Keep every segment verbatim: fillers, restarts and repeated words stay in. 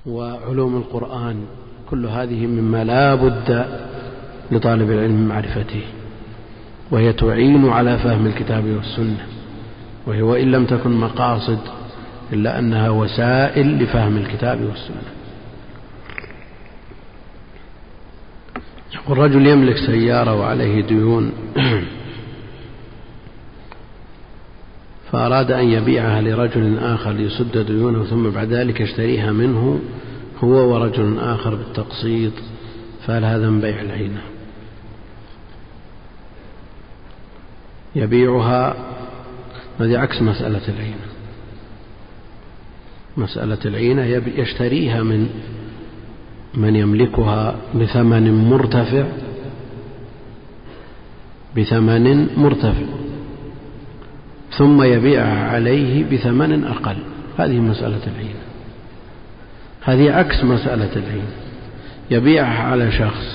وعلوم القرآن، كل هذه مما لا بد لطالب العلم من معرفته، وهي تعين على فهم الكتاب والسنة، وهي وإن لم تكن مقاصد إلا أنها وسائل لفهم الكتاب والسنة. يقول رجل يملك سيارة وعليه ديون فأراد أن يبيعها لرجل آخر ليسد ديونه، ثم بعد ذلك يشتريها منه هو ورجل آخر بالتقسيط، فهل هذا من بيع العينة؟ يبيعها، هذه عكس مسألة العينة. مسألة العينة يشتريها من من يملكها بثمن مرتفع بثمن مرتفع ثم يبيعها عليه بثمن أقل، هذه مسألة العينة. هذه عكس مسألة العينة، يبيعها على شخص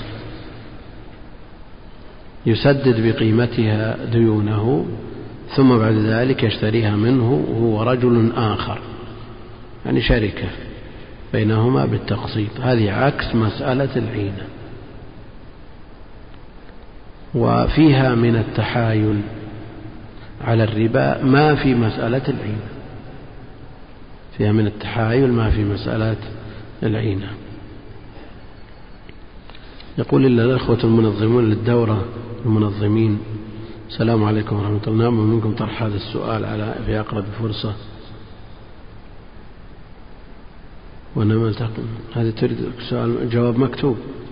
يسدد بقيمتها ديونه، ثم بعد ذلك يشتريها منه هو رجل آخر، يعني شركة بينهما بالتقسيط، هذه عكس مسألة العينة. وفيها من التحايل على الربا ما في مسألة العينة، فيها من التحايل ما في مسألة العينة. يقول إلا الأخوة المنظمون للدورة المنظمين: السلام عليكم ورحمة الله، نأمل منكم طرح هذا السؤال على في أقرب فرصة. ونأمل هذه تريد سؤال جواب مكتوب،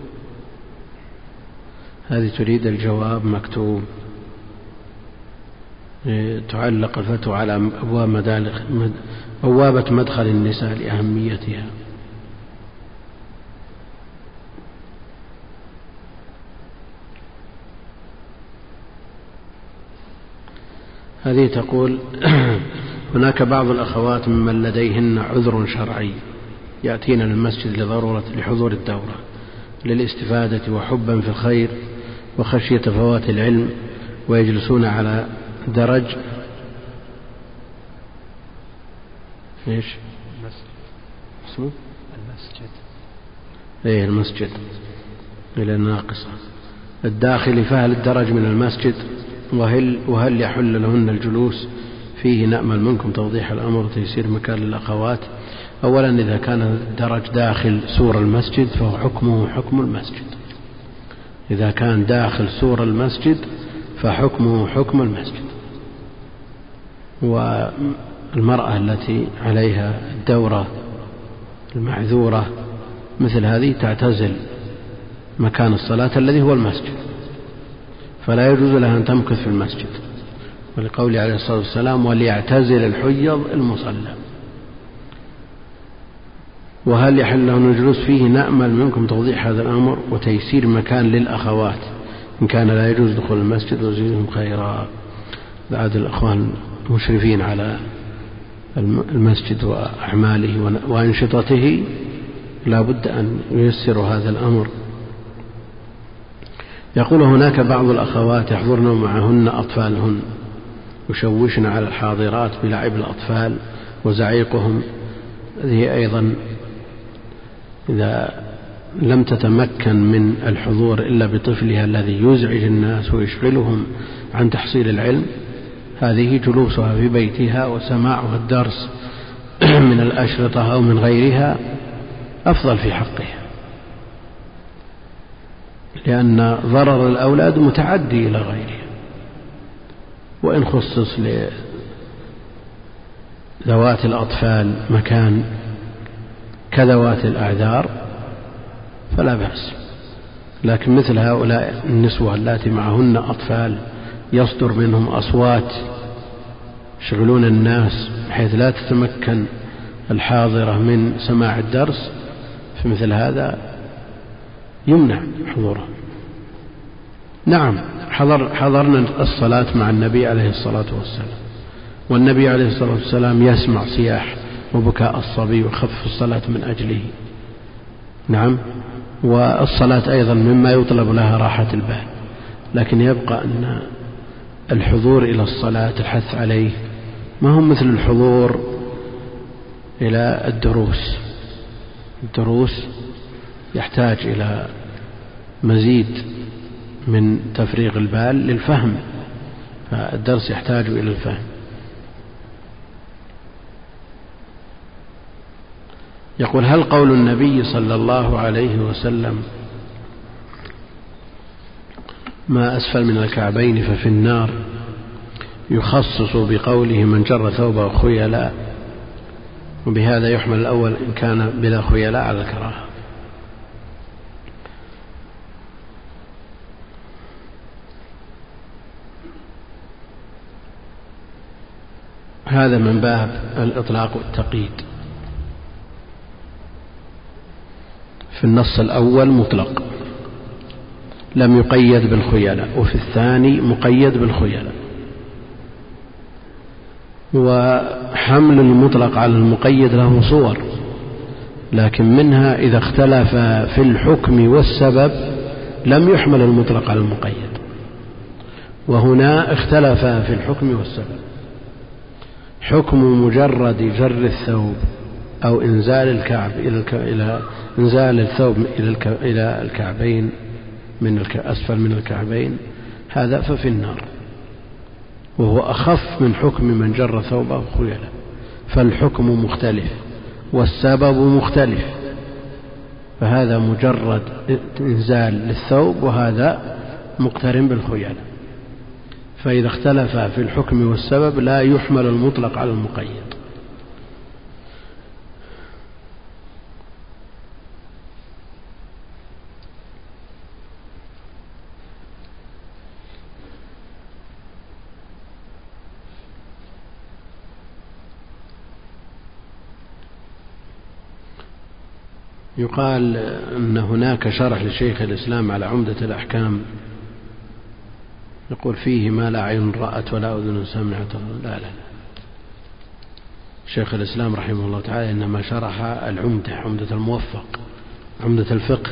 هذه تريد الجواب مكتوب. تعلق الفتوى على أبواب مدالخ بوابة مدخل النساء لأهميتها. هذه تقول: هناك بعض الأخوات ممن لديهن عذر شرعي يأتين للمسجد لضرورة لحضور الدورة للاستفادة وحبا في الخير وخشية فوات العلم، ويجلسون على درج ايش اسمه المسجد ايه المسجد الى الناقصة الداخل، فهل الدرج من المسجد؟ وهل, وهل يحل لهن الجلوس فيه؟ نأمل منكم توضيح الأمر وتيسير مكان للأخوات. أولا، إذا كان الدرج داخل سور المسجد فهو حكمه حكم المسجد، إذا كان داخل سور المسجد فحكمه حكم المسجد. والمرأة التي عليها الدورة المعذورة مثل هذه تعتزل مكان الصلاة الذي هو المسجد، فلا يجوز لها أن تمكث في المسجد، ولقوله عليه الصلاة والسلام: وليعتزل الحيض المصلى. وهل يحل لهن الجلوس فيه؟ نأمل منكم توضيح هذا الأمر وتيسير مكان للأخوات إن كان لا يجوز دخول المسجد، وزيدهم خيرا. بعد الأخوان مشرفين على المسجد وأعماله وأنشطته لا بد أن ييسروا هذا الأمر. يقول: هناك بعض الأخوات يحضرن معهن أطفالهن يشوشن على الحاضرات بلعب الأطفال وزعيقهم. هذه أيضا إذا لم تتمكن من الحضور إلا بطفلها الذي يزعج الناس ويشغلهم عن تحصيل العلم، هذه جلوسها في بيتها وسماعها الدرس من الأشرطة أو من غيرها أفضل في حقها، لأن ضرر الأولاد متعدي إلى غيرها، وإن خصص لذوات الأطفال مكان كذوات الأعذار فلا بأس. لكن مثل هؤلاء النسوة اللاتي معهن أطفال يصدر منهم أصوات يشغلون الناس بحيث لا تتمكن الحاضرة من سماع الدرس، في مثل هذا يمنع حضوره. نعم، حضر حضرنا الصلاة مع النبي عليه الصلاة والسلام، والنبي عليه الصلاة والسلام يسمع صياح وبكاء الصبي ويخفف الصلاة من أجله. نعم، والصلاة أيضا مما يطلب لها راحة البال، لكن يبقى أن الحضور إلى الصلاة الحث عليه ما هم مثل الحضور إلى الدروس. الدروس يحتاج إلى مزيد من تفريغ البال للفهم، فالدرس يحتاج إلى الفهم. يقول: هل قول النبي صلى الله عليه وسلم ما أسفل من الكعبين ففي النار يخصص بقوله من جر ثوبه خيلاء، وبهذا يحمل الأول إن كان بلا خيلاء على الكراهة؟ هذا من باب الإطلاق والتقييد. في النص الأول مطلق لم يقيد بالخيلاء، وفي الثاني مقيد بالخيلاء. وحمل المطلق على المقيد له صور، لكن منها إذا اختلف في الحكم والسبب لم يحمل المطلق على المقيد، وهنا اختلف في الحكم والسبب. حكم مجرد جر الثوب أو إنزال الكعب إلى إلى إنزال الثوب إلى الكعبين من أسفل من الكعبين، هذا ففي النار، وهو أخف من حكم من جر ثوبه خيلاء، فالحكم مختلف والسبب مختلف، فهذا مجرد إنزال للثوب وهذا مقترن بالخيلاء، فإذا اختلف في الحكم والسبب لا يحمل المطلق على المقيد. يقال أن هناك شرح لشيخ الإسلام على عمدة الأحكام يقول فيه ما لا عين رأت ولا أذن سمعت. لا لا لا، شيخ الإسلام رحمه الله تعالى إنما شرح العمدة، عمدة الموفق، عمدة الفقه.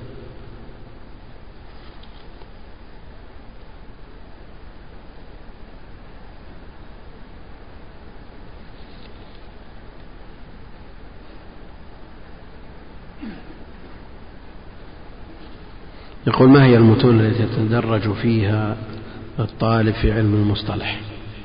يقول: ما هي المتون التي يتدرج فيها الطالب في علم المصطلح؟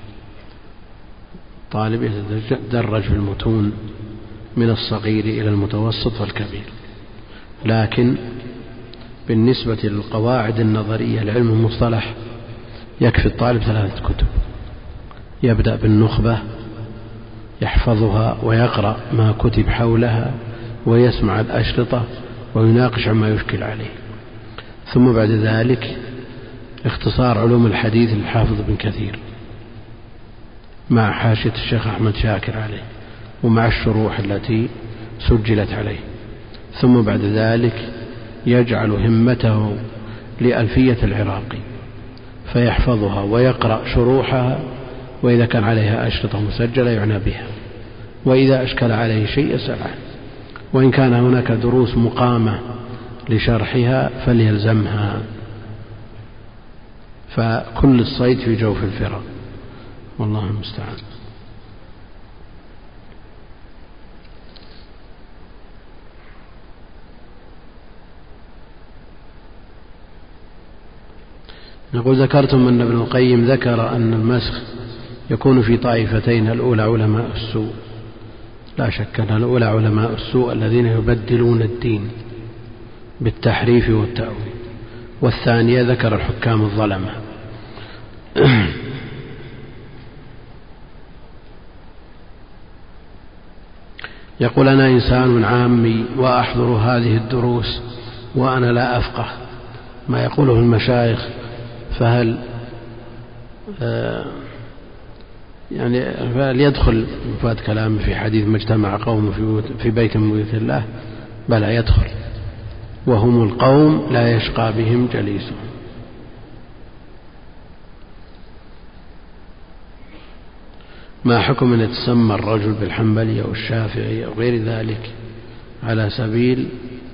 الطالب يتدرج في المتون من الصغير إلى المتوسط والكبير، لكن بالنسبة للقواعد النظرية لعلم المصطلح يكفي الطالب ثلاثة كتب، يبدأ بالنخبة يحفظها ويقرأ ما كتب حولها ويسمع الأشرطة ويناقش عما يشكل عليه، ثم بعد ذلك اختصار علوم الحديث للحافظ بن كثير مع حاشية الشيخ أحمد شاكر عليه ومع الشروح التي سجلت عليه، ثم بعد ذلك يجعل همته لألفية العراقي فيحفظها ويقرأ شروحها، وإذا كان عليها أشرطة مسجلة يعنى بها، وإذا أشكل عليه شيء يسأل عنه، وإن كان هناك دروس مقامة لشرحها فليلزمها، فكل الصيد في جوف الفرا، والله المستعان. نقول: ذكرتم أن ابن القيم ذكر أن المسخ يكون في طائفتين، الأولى علماء السوء، لا شك أن الأولى علماء السوء الذين يبدلون الدين بالتحريف والتأويل، والثانية ذكر الحكام الظلمة. يقول: أنا إنسان عامي وأحضر هذه الدروس وأنا لا أفقه ما يقوله المشايخ، فهل آه يعني فليدخل مفاد كلام في حديث ما اجتمع قوم في, في بيت من بيوت الله؟ بلى يدخل، وهم القوم لا يشقى بهم جليسهم. ما حكم أن يتسمى الرجل بالحنبلي أو الشافعي أو غير ذلك على سبيل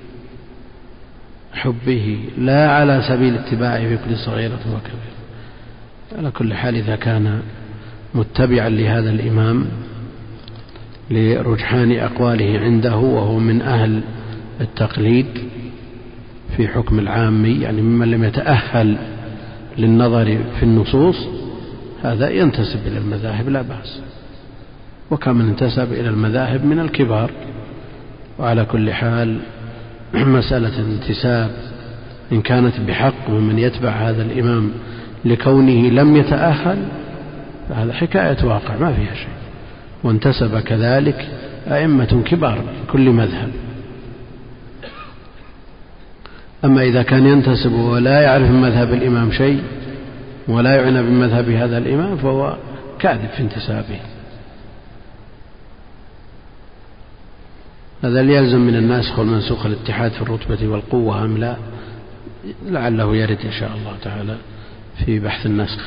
حبه لا على سبيل اتباعه في كل صغيرة وكبيرة؟ على كل حال إذا كان متبعا لهذا الإمام لرجحان أقواله عنده، وهو من أهل التقليد في حكم العامي، يعني ممن لم يتأهل للنظر في النصوص، هذا ينتسب إلى المذاهب لا بأس، وكمن انتسب إلى المذاهب من الكبار. وعلى كل حال مسألة الانتساب إن كانت بحق ومن يتبع هذا الإمام لكونه لم يتأهل فهذا حكاية واقع ما فيها شيء، وانتسب كذلك أئمة كبار من كل مذهب. أما إذا كان ينتسب ولا يعرف من مذهب الإمام شيء ولا يعنى بمذهب هذا الإمام فهو كاذب في انتسابه. هذا ليلزم من الناسخ والمنسوخ الاتحاد في الرتبة والقوة أم لا، لعله يرد إن شاء الله تعالى في بحث النسخ.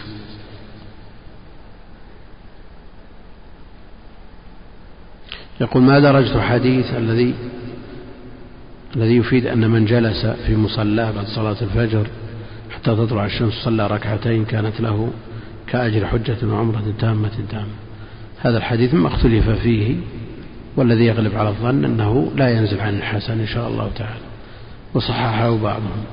يقول: ما درجة حديث الذي الذي يفيد أن من جلس في مصلاه بعد صلاة الفجر حتى تطلع الشمس صلى ركعتين كانت له كأجر حجة وعمرة تامة تامة؟ هذا الحديث ما اختلف فيه، والذي يغلب على الظن أنه لا ينزل عن الحسن إن شاء الله تعالى، وصححه بعضهم.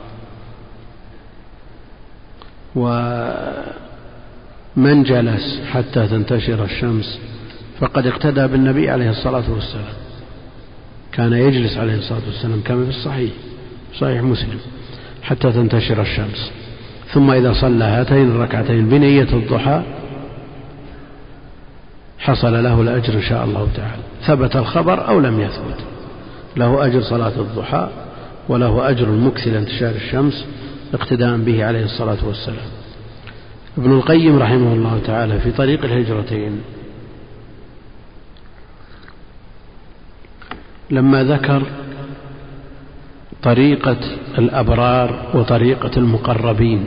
ومن جلس حتى تنتشر الشمس فقد اقتدى بالنبي عليه الصلاة والسلام، كان يجلس عليه الصلاة والسلام كما في الصحيح صحيح مسلم حتى تنتشر الشمس، ثم إذا صلى هاتين الركعتين بنية الضحى حصل له الأجر إن شاء الله تعالى، ثبت الخبر أو لم يثبت، له أجر صلاة الضحى وله أجر المكث لانتشار الشمس اقتداء به عليه الصلاة والسلام. ابن القيم رحمه الله تعالى في طريق الهجرتين لما ذكر طريقة الأبرار وطريقة المقربين،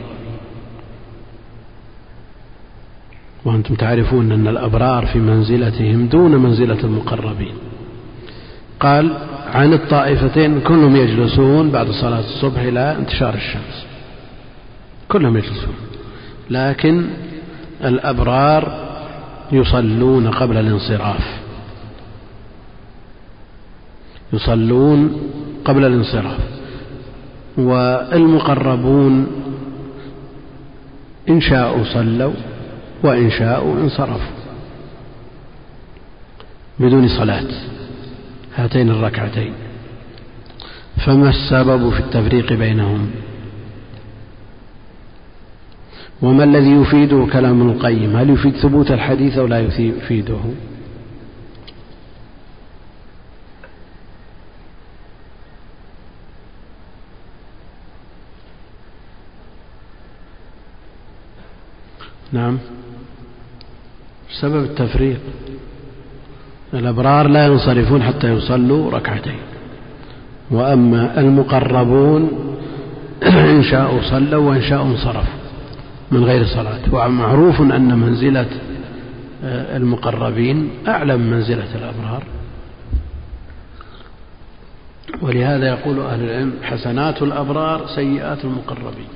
وأنتم تعرفون أن الأبرار في منزلتهم دون منزلة المقربين، قال عن الطائفتين كلهم يجلسون بعد صلاة الصبح إلى انتشار الشمس، كلهم يجلسون، لكن الأبرار يصلون قبل الانصراف، يصلون قبل الانصراف، والمقربون إن شاءوا صلوا وإن شاءوا انصرفوا بدون صلاة هاتين الركعتين. فما السبب في التفريق بينهم؟ وما الذي يفيده كلام ابن القيم؟ هل يفيد ثبوت الحديث أو لا يفيده؟ نعم، سبب التفريق الأبرار لا ينصرفون حتى يصلوا ركعتين، وأما المقربون إن شاءوا صلوا وإن شاءوا انصرفوا من غير صلاة. ومعروف أن منزلة المقربين أعلى من منزلة الأبرار، ولهذا يقول أهل العلم حسنات الأبرار سيئات المقربين.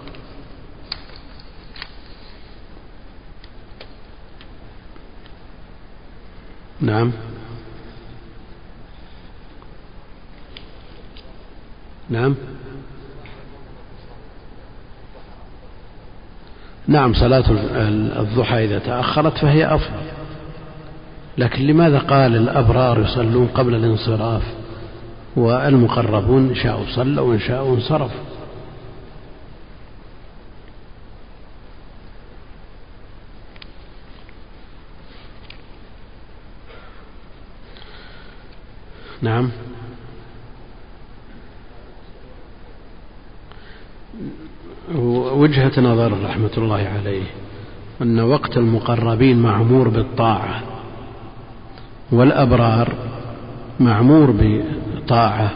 نعم نعم نعم صلاة الضحى إذا تأخرت فهي أفضل، لكن لماذا قال الأبرار يصلون قبل الانصراف والمقربون إن شاءوا صلوا وإن شاءوا انصرفوا؟ نعم وجهة نظر رحمة الله عليه أن وقت المقربين معمور بالطاعة، والأبرار معمور بطاعة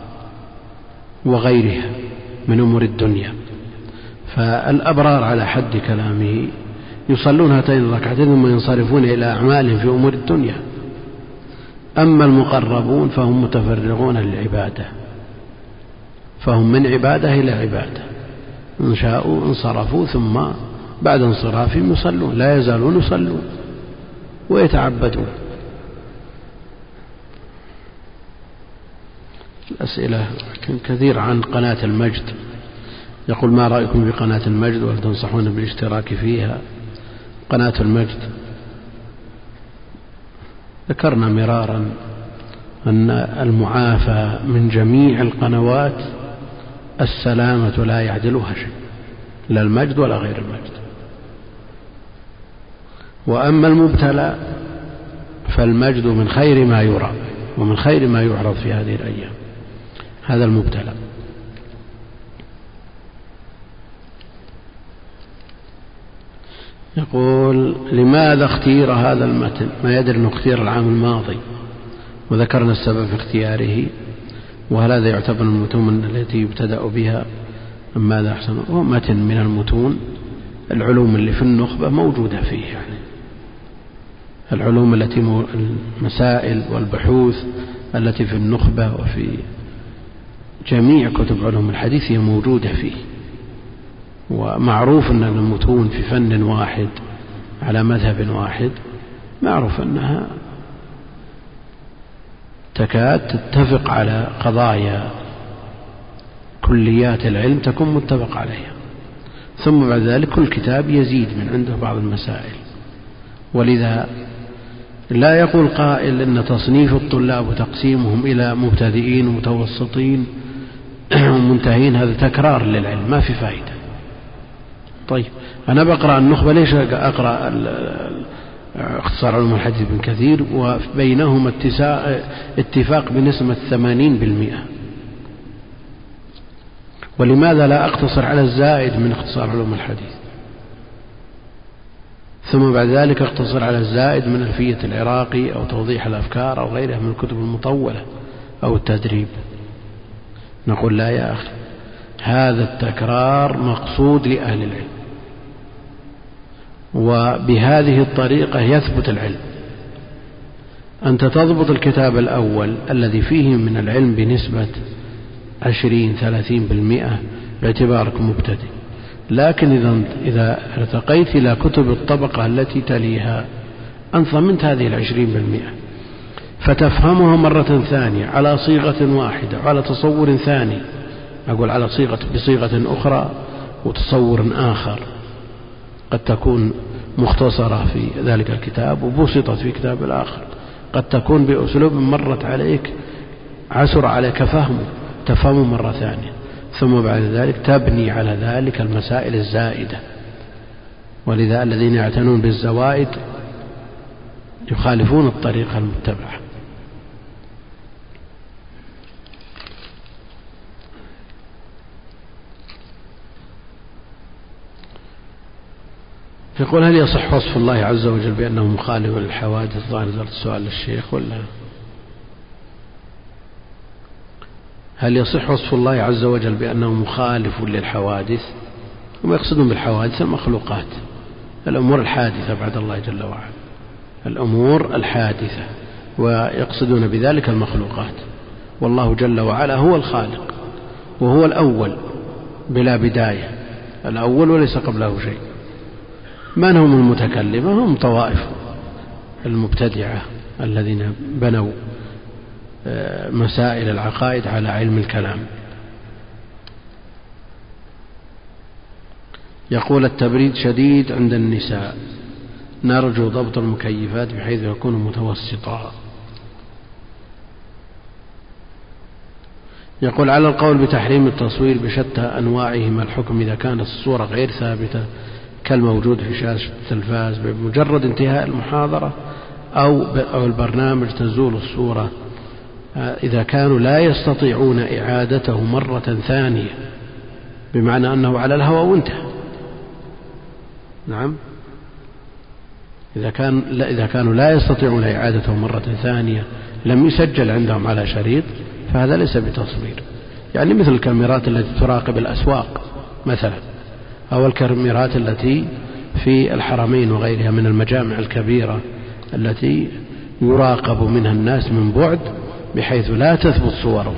وغيرها من أمور الدنيا. فالأبرار على حد كلامه يصلون هاتين الركعتين ثم ينصرفون إلى أعمالهم في أمور الدنيا، أما المقربون فهم متفرغون للعبادة، فهم من عبادة إلى عبادة، إن شاءوا انصرفوا ثم بعد انصرافهم يصلون، لا يزالون يصلون ويتعبدون. الأسئلة كثير عن قناة المجد. يقول: ما رأيكم بقناة المجد وهل تنصحون بالاشتراك فيها؟ قناة المجد ذكرنا مرارا أن المعافى من جميع القنوات السلامة لا يعدلها شيء، لا المجد ولا غير المجد. وأما المبتلى فالمجد من خير ما يرى ومن خير ما يعرض في هذه الأيام، هذا المبتلى. يقول: لماذا اختير هذا المتن؟ ما يدري أنه اختير العام الماضي وذكرنا السبب في اختياره، وهل هذا يعتبر من المتون التي يبتدأ بها أم ماذا أحسن؟ هو متن من المتون، العلوم اللي في النخبة موجودة فيه، يعني العلوم التي المسائل والبحوث التي في النخبة وفي جميع كتب علوم الحديث هي موجودة فيه. ومعروف أن المتون في فن واحد على مذهب واحد معروف أنها تكاد تتفق على قضايا كليات العلم تكون متفق عليها، ثم بعد ذلك كل كتاب يزيد من عنده بعض المسائل. ولذا لا يقول قائل إن تصنيف الطلاب وتقسيمهم إلى مبتدئين ومتوسطين ومنتهين هذا تكرار للعلم، ما في فائدة. طيب أنا بقرأ النخبة، ليش أقرأ اختصار علوم الحديث ابن كثير وبينهما اتفاق بنسبة ثمانين بالمئة؟ ولماذا لا أقتصر على الزائد من اختصار علوم الحديث، ثم بعد ذلك اقتصر على الزائد من ألفية العراقي أو توضيح الأفكار أو غيرها من الكتب المطولة أو التدريب؟ نقول: لا يا أخي، هذا التكرار مقصود لأهل العلم، وبهذه الطريقة يثبت العلم. أنت تضبط الكتاب الأول الذي فيه من العلم بنسبة عشرين ثلاثين بالمئة باعتبارك مبتدئ، لكن إذا إذا ارتقيت إلى كتب الطبقة التي تليها أنت ضمنت هذه العشرين بالمئة، فتفهمها مرة ثانية على صيغة واحدة وعلى تصور ثاني، أقول على صيغة بصيغة أخرى وتصور آخر، قد تكون مختصرة في ذلك الكتاب وبسطت في كتاب الآخر، قد تكون بأسلوب مرت عليك عسر عليك فهمه تفهمه مرة ثانية، ثم بعد ذلك تبني على ذلك المسائل الزائدة. ولذا الذين يعتنون بالزوائد يخالفون الطريقة المتبعة. يقول: هل يصح وصف الله عز وجل بأنه مخالف للحوادث؟ ظاهر السؤال للشيخ ولا هل يصح وصف الله عز وجل بأنه مخالف للحوادث؟ هم يقصدون بالحوادث المخلوقات، الأمور الحادثة بعد الله جل وعلا، الأمور الحادثة، ويقصدون بذلك المخلوقات. والله جل وعلا هو الخالق وهو الأول بلا بداية، الأول وليس قبله شيء. من هم المتكلمة؟ هم طوائف المبتدعة الذين بنوا مسائل العقائد على علم الكلام. يقول: التبريد شديد عند النساء، نرجو ضبط المكيفات بحيث يكون متوسطا. يقول: على القول بتحريم التصوير بشتى أنواعه ما الحكم إذا كانت الصورة غير ثابتة كالموجود في شاشة التلفاز بمجرد انتهاء المحاضرة أو أو البرنامج تزول الصورة إذا كانوا لا يستطيعون إعادته مرة ثانية، بمعنى أنه على الهواء وانتهى. نعم، إذا كان لا إذا كانوا لا يستطيعون إعادته مرة ثانية لم يسجل عندهم على شريط فهذا ليس بتصوير. يعني مثل الكاميرات التي تراقب الأسواق مثلا، أو الكاميرات التي في الحرمين وغيرها من المجامع الكبيرة التي يراقب منها الناس من بعد بحيث لا تثبت صورهم.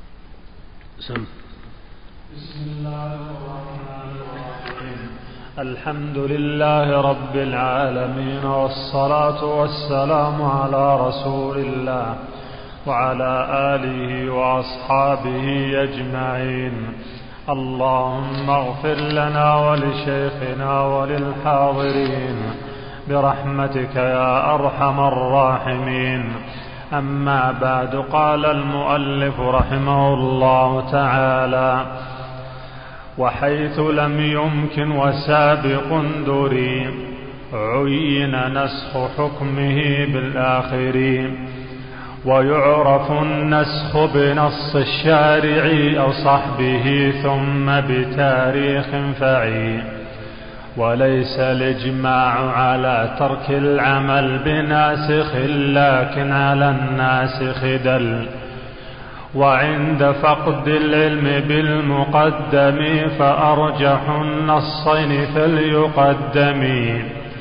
سم. بسم الله الرحمن الرحيم. الحمد لله رب العالمين، والصلاة والسلام على رسول الله وعلى آله وأصحابه أجمعين. اللهم اغفر لنا ولشيخنا وللحاضرين برحمتك يا أرحم الراحمين. أما بعد، قال المؤلف رحمه الله تعالى: وحيث لم يمكن وسابق دري عين نسخ حكمه بالآخر، ويعرف النسخ بنص الشارع أو صحبه ثم بتاريخ فعي، وليس الإجماع على ترك العمل بناسخ لكن على الناسخ دل. وعند فقد العلم بالمقدم فأرجح النصين فليقدم،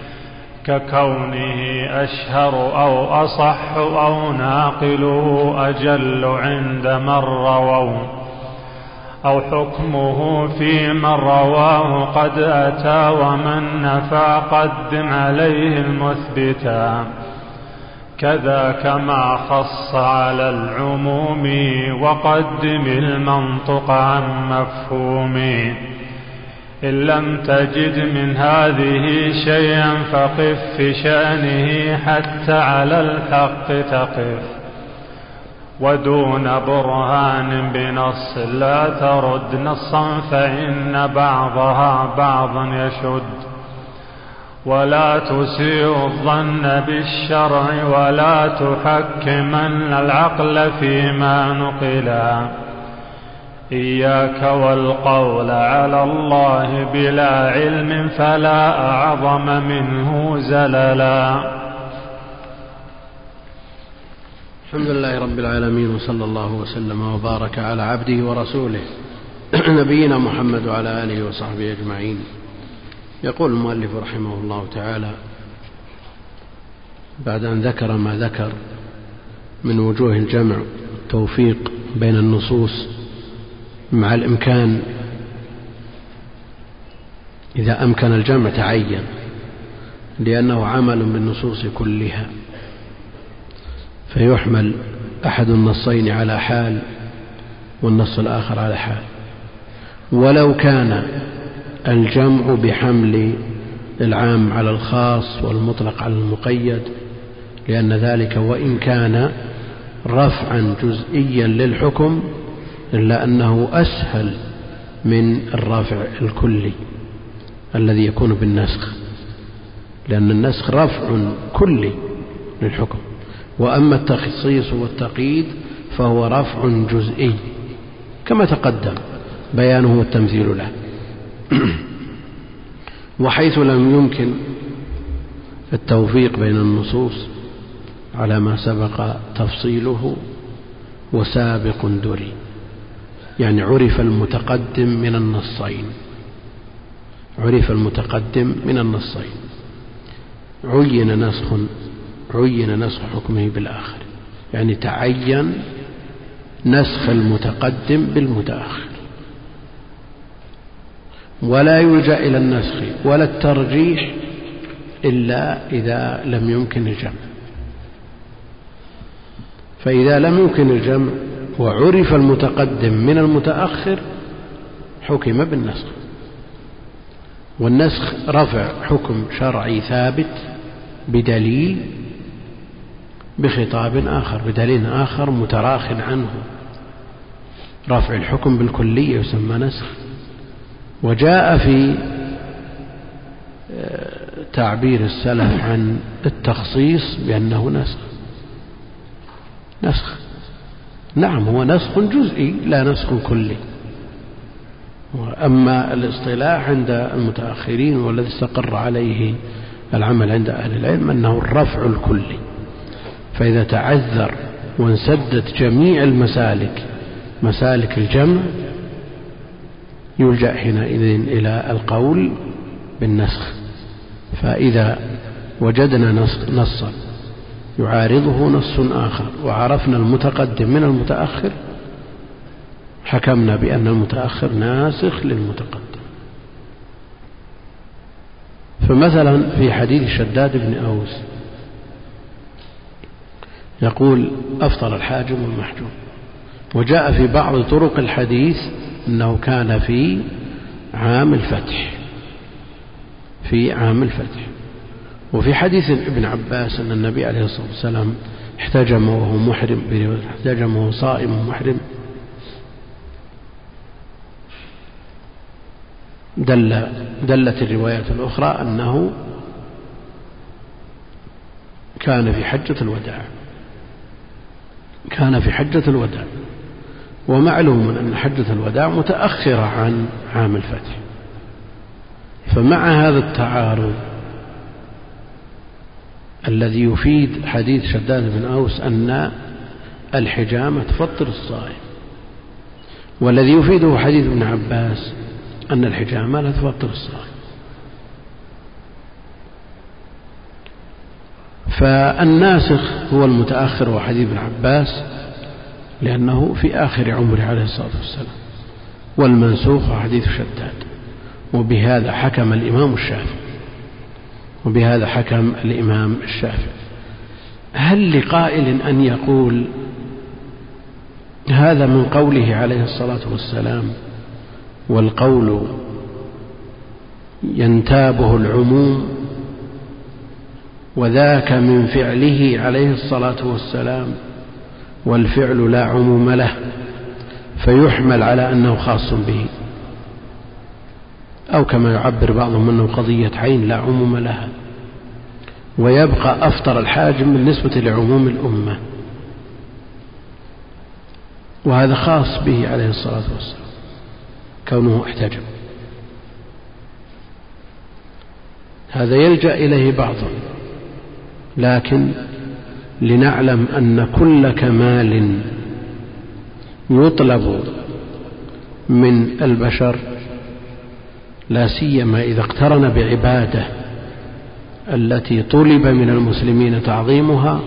ككونه أشهر أو أصح أو ناقله أجل عند من رووا، أو حكمه في من رواه قد أتى، ومن نفى قدم عليه المثبتا، كذا كما خص على العموم، وقدم المنطق عن مفهوم. إن لم تجد من هذه شيئا فقف في شأنه حتى على الحق تقف، ودون برهان بنص لا ترد نصا، فإن بعضها بعضا يشد. ولا تسيء الظن بالشرع ولا تحكمن العقل فيما نقلا، إياك والقول على الله بلا علم فلا أعظم منه زللا. الحمد لله رب العالمين، وصلى الله وسلم وبارك على عبده ورسوله نبينا محمد وعلى آله وصحبه أجمعين. يقول المؤلف رحمه الله تعالى بعد أن ذكر ما ذكر من وجوه الجمع التوفيق بين النصوص مع الإمكان، إذا أمكن الجمع تعين لأنه عمل بالنصوص كلها، فيحمل أحد النصين على حال والنص الآخر على حال. ولو كان الجمع بحمل العام على الخاص والمطلق على المقيد، لأن ذلك وإن كان رفعا جزئيا للحكم إلا أنه أسهل من الرافع الكلي الذي يكون بالنسخ، لأن النسخ رفع كلي للحكم، وأما التخصيص والتقييد فهو رفع جزئي كما تقدم بيانه والتمثيل له. وحيث لم يمكن التوفيق بين النصوص على ما سبق تفصيله وسابق دري، يعني عرف المتقدم من النصين، عرف المتقدم من النصين عين نسخ عين نسخ حكمه بالآخر، يعني تعين نسخ المتقدم بالمتأخر، ولا يلجأ إلى النسخ ولا الترجيح إلا إذا لم يمكن الجمع. فإذا لم يمكن الجمع وعرف المتقدم من المتأخر حكم بالنسخ. والنسخ رفع حكم شرعي ثابت بدليل بخطاب آخر، بدليل آخر متراخ عنه. رفع الحكم بالكلية يسمى نسخ. وجاء في تعبير السلف عن التخصيص بأنه نسخ. نسخ نعم هو نسخ جزئي لا نسخ كلي. وأما الاصطلاح عند المتأخرين والذي استقر عليه العمل عند أهل العلم أنه الرفع الكلي. فإذا تعذر وانسدت جميع المسالك مسالك الجمع يلجأ حينئذ إلى القول بالنسخ. فإذا وجدنا نصا يعارضه نص آخر وعرفنا المتقدم من المتأخر حكمنا بأن المتأخر ناسخ للمتقدم. فمثلا في حديث شداد بن أوس يقول أفطر الحاجم والمحجوم، وجاء في بعض طرق الحديث أنه كان في عام الفتح في عام الفتح وفي حديث ابن عباس أن النبي عليه الصلاة والسلام احتجم وهو محرم، احتجم وهو صائم محرم، دل دلت الروايات الأخرى أنه كان في حجة الوداع كان في حجة الوداع ومعلوم أن حجة الوداع متأخرة عن عام الفتح. فمع هذا التعارض الذي يفيد حديث شداد بن أوس أن الحجامة تفطر الصائم، والذي يفيده حديث ابن عباس أن الحجامة لا تفطر الصائم. فالناسخ هو المتأخر وحديث ابن عباس لأنه في آخر عمره عليه الصلاة والسلام، والمنسوخ حديث شداد. وبهذا حكم الإمام الشافعي وبهذا حكم الإمام الشافعي. هل لقائل أن يقول هذا من قوله عليه الصلاة والسلام والقول ينتابه العموم، وذاك من فعله عليه الصلاة والسلام، والفعل لا عموم له فيحمل على أنه خاص به، أو كما يعبر بعضهم أنه قضية عين لا عموم لها، ويبقى أفطر الحاجم بالنسبة لعموم الأمة، وهذا خاص به عليه الصلاة والسلام كونه احتجم. هذا يلجأ إليه بعضهم، لكن لنعلم أن كل كمال يطلب من البشر لا سيما إذا اقترن بعبادة التي طلب من المسلمين تعظيمها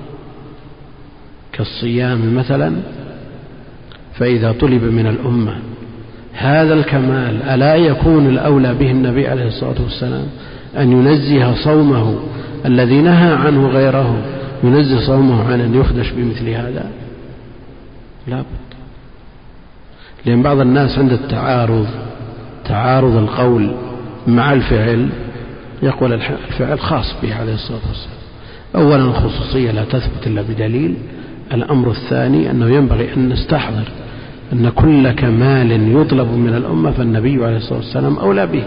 كالصيام مثلا، فإذا طلب من الأمة هذا الكمال ألا يكون الأولى به النبي عليه الصلاة والسلام أن ينزه صومه الذي نهى عنه غيره، ينزه صومه عن أن يخدش بمثل هذا؟ لا بد. لأن بعض الناس عند التعارض تعارض القول مع الفعل يقول الفعل خاص به عليه الصلاة والسلام. أولا الخصوصية لا تثبت إلا بدليل. الأمر الثاني أنه ينبغي أن نستحضر أن كل كمال يطلب من الأمة فالنبي عليه الصلاة والسلام أولى به،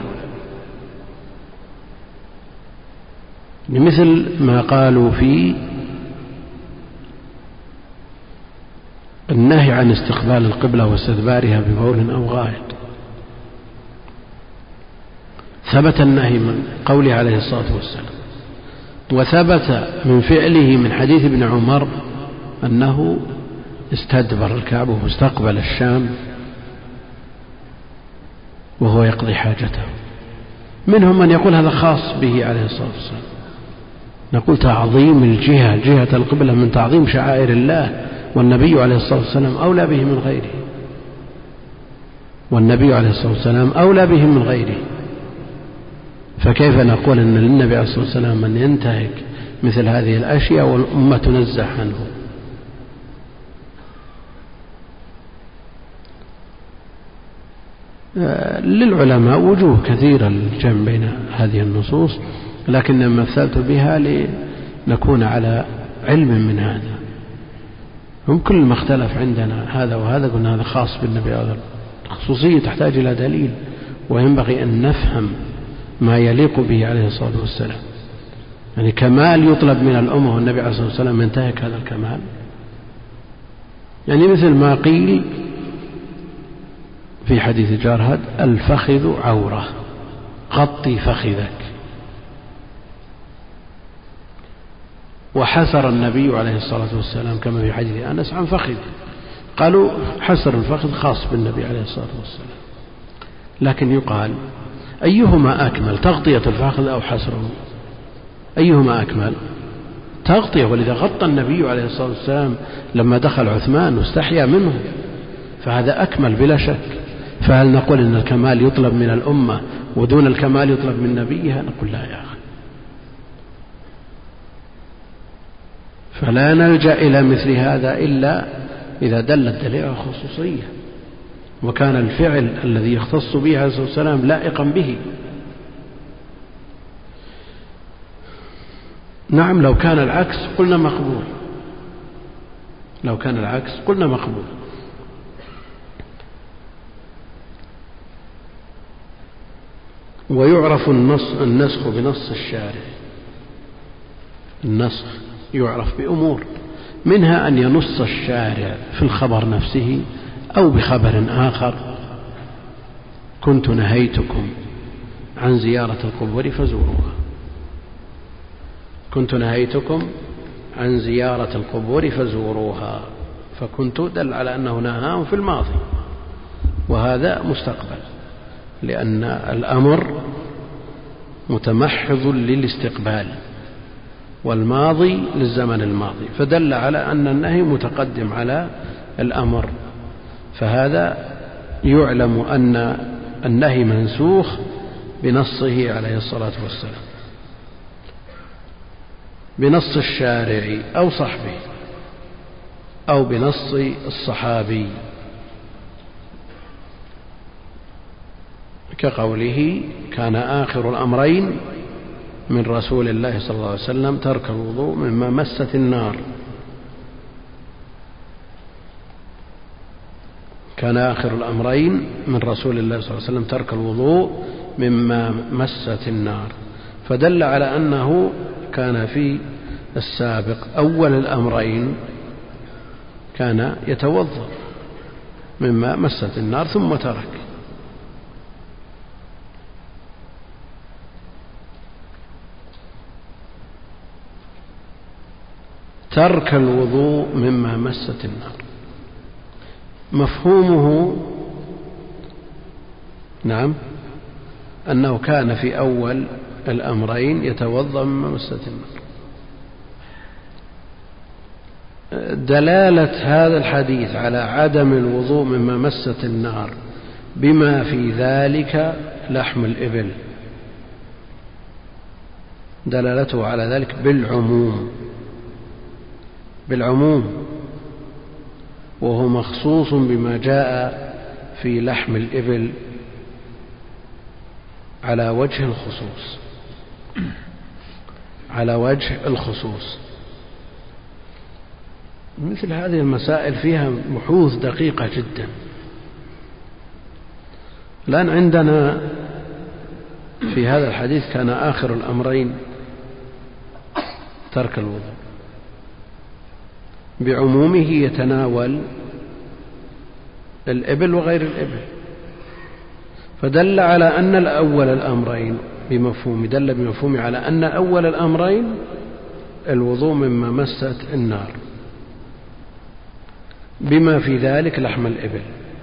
مثل ما قالوا في النهي عن استقبال القبلة واستدبارها ببول أو غائط، ثبت النهي من قوله عليه الصلاة والسلام، وثبت من فعله من حديث ابن عمر أنه استدبر الكعبة واستقبل الشام وهو يقضي حاجته. منهم من يقول هذا خاص به عليه الصلاة والسلام. نقول تعظيم الجهة جهة القبلة من تعظيم شعائر الله، والنبي عليه الصلاة والسلام أولى به من غيره والنبي عليه الصلاة والسلام أولى به من غيره فكيف نقول أن للنبي عليه الصلاة والسلام من ينتهك مثل هذه الأشياء والأمة تنزه عنه؟ للعلماء وجوه كثيرة للجمع بين هذه النصوص، لكن مثلت بها لنكون على علم من هذا. هم كل ما اختلف عندنا هذا وهذا قلنا هذا خاص بالنبي. هذا الخصوصية تحتاج إلى دليل، وينبغي أن نفهم ما يليق به عليه الصلاة والسلام. يعني كمال يطلب من الأمة والنبي عليه الصلاة والسلام ينتهك هذا الكمال. يعني مثل ما قيل في حديث جارهد الفخذ عورة، غطي فخذك، وحسر النبي عليه الصلاة والسلام كما في حديث أنس عن فخذ، قالوا حسر الفخذ خاص بالنبي عليه الصلاة والسلام. لكن يقال أيهما أكمل، تغطية الفخذ أو حسره؟ أيهما أكمل؟ تغطية، ولذا غطى النبي عليه الصلاة والسلام لما دخل عثمان واستحيا منه، فهذا أكمل بلا شك. فهل نقول إن الكمال يطلب من الأمة ودون الكمال يطلب من نبيها، نقول لا يا أخي. فلا نلجأ إلى مثل هذا إلا إذا دل الدليل على الخصوصية، وكان الفعل الذي يختص به عليه الصلاة والسلام لائقا به. نعم، لو كان العكس قلنا مقبول، لو كان العكس قلنا مقبول. ويعرف النص النسخ بنص الشارع. النسخ يعرف بأمور، منها أن ينص الشارع في الخبر نفسه أو بخبر آخر: كنت نهيتكم عن زيارة القبور فزوروها، كنت نهيتكم عن زيارة القبور فزوروها، فكنت دل على أنه نهاهم في الماضي، وهذا مستقبل، لأن الأمر متمحض للاستقبال والماضي للزمن الماضي، فدل على أن النهي متقدم على الأمر، فهذا يعلم أن النهي منسوخ بنصه عليه الصلاة والسلام، بنص الشارع أو صحبه أو بنص الصحابي، كقوله: كان آخر الأمرين من رسول الله صلى الله عليه وسلم ترك الوضوء مما مست النار. كان آخر الأمرين من رسول الله صلى الله عليه وسلم ترك الوضوء مما مست النار، فدل على أنه كان في السابق أول الأمرين كان يتوضأ مما مست النار ثم ترك. ترك الوضوء مما مست النار مفهومه نعم أنه كان في أول الأمرين يتوضأ مما مست النار. دلالة هذا الحديث على عدم الوضوء مما مست النار بما في ذلك لحم الإبل، دلالته على ذلك بالعموم بالعموم وهو مخصوص بما جاء في لحم الإبل على وجه الخصوص على وجه الخصوص. مثل هذه المسائل فيها بحوث دقيقة جدا. الآن عندنا في هذا الحديث كان آخر الأمرين ترك الوضوء، بعمومه يتناول الإبل وغير الإبل، فدل على أن الأول الأمرين بمفهوم دل بمفهوم على أن أول الأمرين الوضوء مما مست النار بما في ذلك لحم الإبل،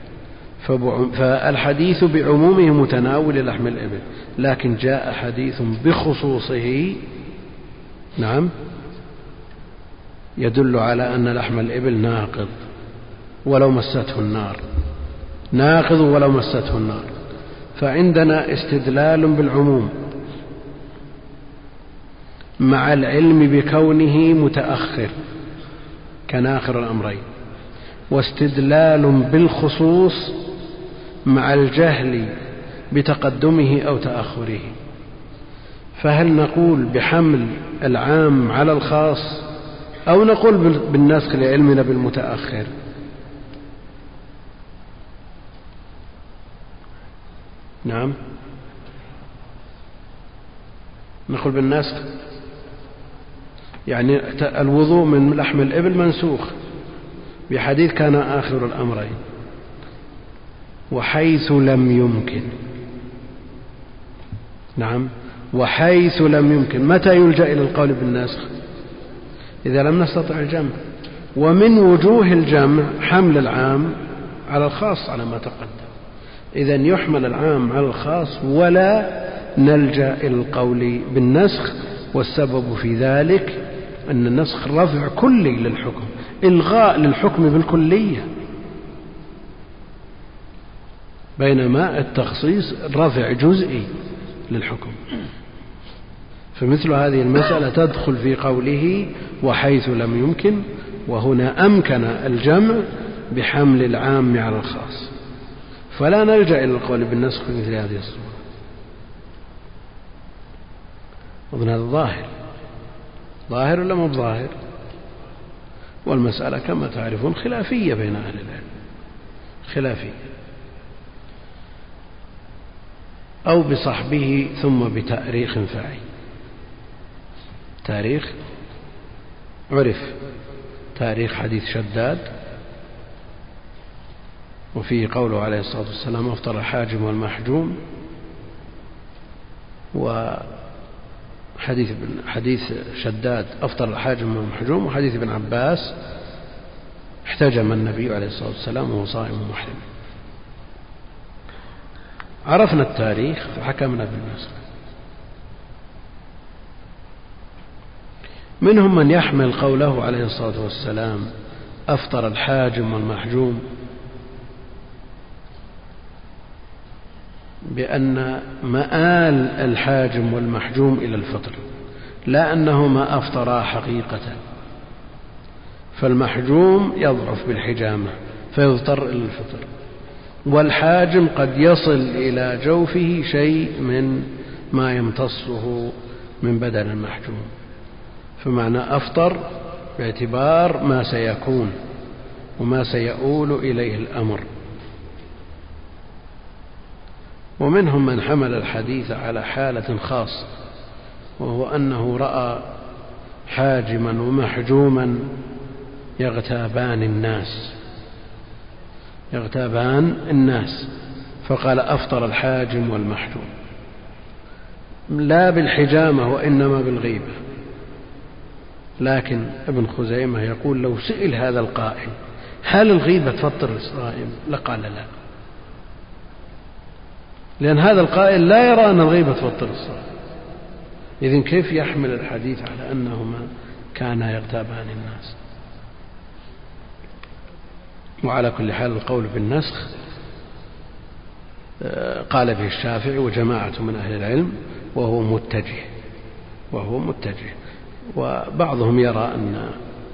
فالحديث بعمومه متناول لحم الإبل، لكن جاء حديث بخصوصه نعم يدل على أن لحم الإبل ناقض ولو مسته النار، ناقض ولو مسته النار. فعندنا استدلال بالعموم مع العلم بكونه متأخر كان آخر الأمرين، واستدلال بالخصوص مع الجهل بتقدمه أو تأخره. فهل نقول بحمل العام على الخاص أو نقول بالنسخ لعلمنا بالمتأخر؟ نعم نقول بالنسخ، يعني الوضوء من لحم الإبل منسوخ بحديث كان آخر الأمرين. وحيث لم يمكن نعم وحيث لم يمكن متى يلجأ إلى القول بالنسخ؟ إذا لم نستطع الجمع. ومن وجوه الجمع حمل العام على الخاص على ما تقدم، إذن يحمل العام على الخاص ولا نلجأ إلى القول بالنسخ. والسبب في ذلك أن النسخ رفع كلي للحكم، إلغاء للحكم بالكلية، بينما التخصيص رفع جزئي. للحكم. فمثل هذه المسألة تدخل في قوله وحيث لم يمكن، وهنا أمكن الجمع بحمل العام على الخاص، فلا نلجأ إلى القول بالنسخ في مثل هذه الصورة. أظن هذا ظاهر ظاهر ولا مو بظاهر؟ والمسألة كما تعرفون خلافية بين أهل العلم، خلافية. أو بصحبه ثم بتاريخ فعي، تاريخ عرف تاريخ حديث شداد، وفيه قوله عليه الصلاة والسلام أفطر الحاجم والمحجوم، وحديث حديث شداد أفطر الحاجم والمحجوم، وحديث ابن عباس احتجم النبي عليه الصلاة والسلام وهو صائم محرم. عرفنا التاريخ فحكمنا بالنسخ. منهم من يحمل قوله عليه الصلاة والسلام أفطر الحاجم والمحجوم بأن مآل الحاجم والمحجوم إلى الفطر، لا أنهما أفطرا حقيقة، فالمحجوم يضعف بالحجامة فيضطر إلى الفطر، والحاجم قد يصل إلى جوفه شيء من ما يمتصه من بدن المحجوم، فمعنى أفطر باعتبار ما سيكون وما سيؤول إليه الأمر. ومنهم من حمل الحديث على حالة خاصة، وهو أنه رأى حاجما ومحجوما يغتابان الناس يغتابان الناس فقال أفطر الحاجم والمحجوم، لا بالحجامة وإنما بالغيبة. لكن ابن خزيمة يقول لو سئل هذا القائل هل الغيبة تفطر الصائم لقال لا، لأن هذا القائل لا يرى أن الغيبة تفطر الصائم، إذن كيف يحمل الحديث على أنهما كانا يغتابان الناس؟ وعلى كل حال القول بالنسخ قال به الشافعي وجماعة من أهل العلم، وهو متجه وهو متجه وبعضهم يرى أن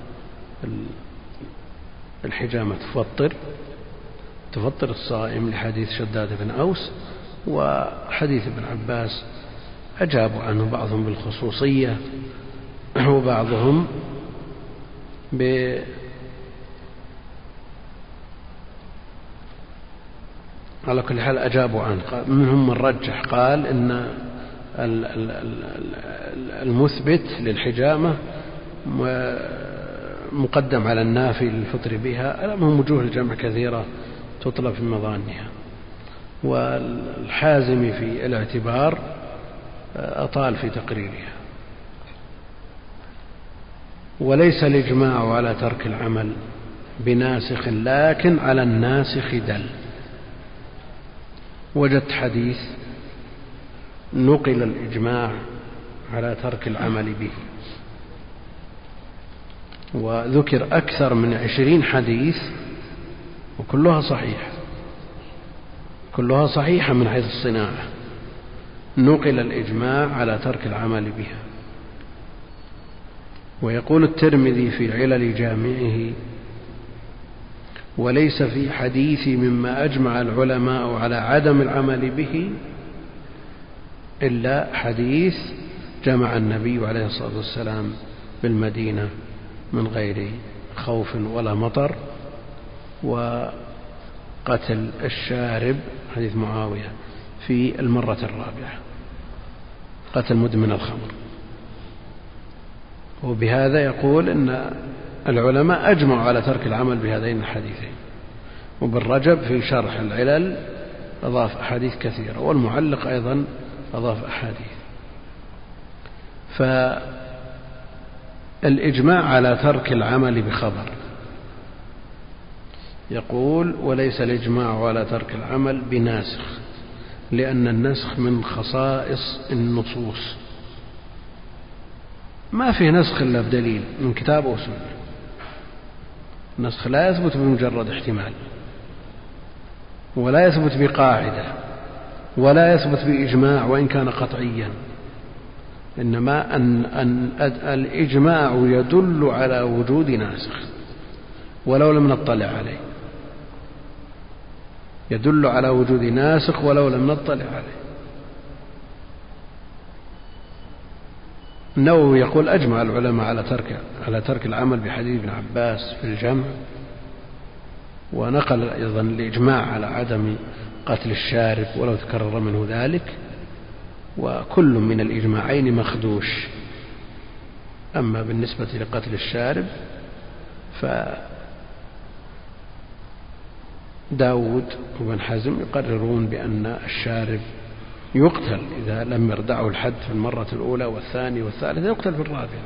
الحجامة تفطر تفطر الصائم لحديث شداد بن أوس، وحديث ابن عباس أجابوا عنه بعضهم بالخصوصية وبعضهم ب على كل حال أجابوا عنه. منهم من رجح قال إن المثبت للحجامة مقدم على النافي للفطر بها، لهم وجوه الجمع كثيرة تطلب في مظانها، والحازم في الاعتبار أطال في تقريرها. وليس الإجماع على ترك العمل بناسخ، لكن على الناسخ دل. وجدت حديث نقل الإجماع على ترك العمل به، وذكر أكثر من عشرين حديث وكلها صحيحة كلها صحيحة من حيث الصناعة، نقل الإجماع على ترك العمل بها. ويقول الترمذي في علل جامعه وليس في حديث مما أجمع العلماء على عدم العمل به إلا حديث جمع النبي عليه الصلاة والسلام بالمدينة من غير خوف ولا مطر، وقتل الشارب حديث معاوية في المرة الرابعة، قتل مدمن الخمر. وبهذا يقول إن العلماء أجمعوا على ترك العمل بهذين الحديثين. وبالرجب في شرح العلل أضاف أحاديث كثيرة، والمعلق أيضا أضاف أحاديث. فالإجماع على ترك العمل بخبر، يقول وليس الإجماع على ترك العمل بناسخ، لأن النسخ من خصائص النصوص، ما في نسخ إلا بدليل من كتاب وسنة. النسخ لا يثبت بمجرد احتمال، ولا يثبت بقاعدة، ولا يثبت بإجماع وإن كان قطعيا، إنما أن, أن الإجماع يدل على وجود ناسخ ولو لم نطلع عليه، يدل على وجود ناسخ ولو لم نطلع عليه. النووي يقول أجمع العلماء على ترك على ترك العمل بحديث ابن عباس في الجمع، ونقل أيضا الإجماع على عدم قتل الشارب ولو تكرر منه ذلك، وكل من الإجماعين مخدوش. أما بالنسبة لقتل الشارب فداود وابن حزم يقررون بأن الشارب يقتل إذا لم يردعه الحد في المرة الأولى والثانية والثالثة، يقتل في الرابعة،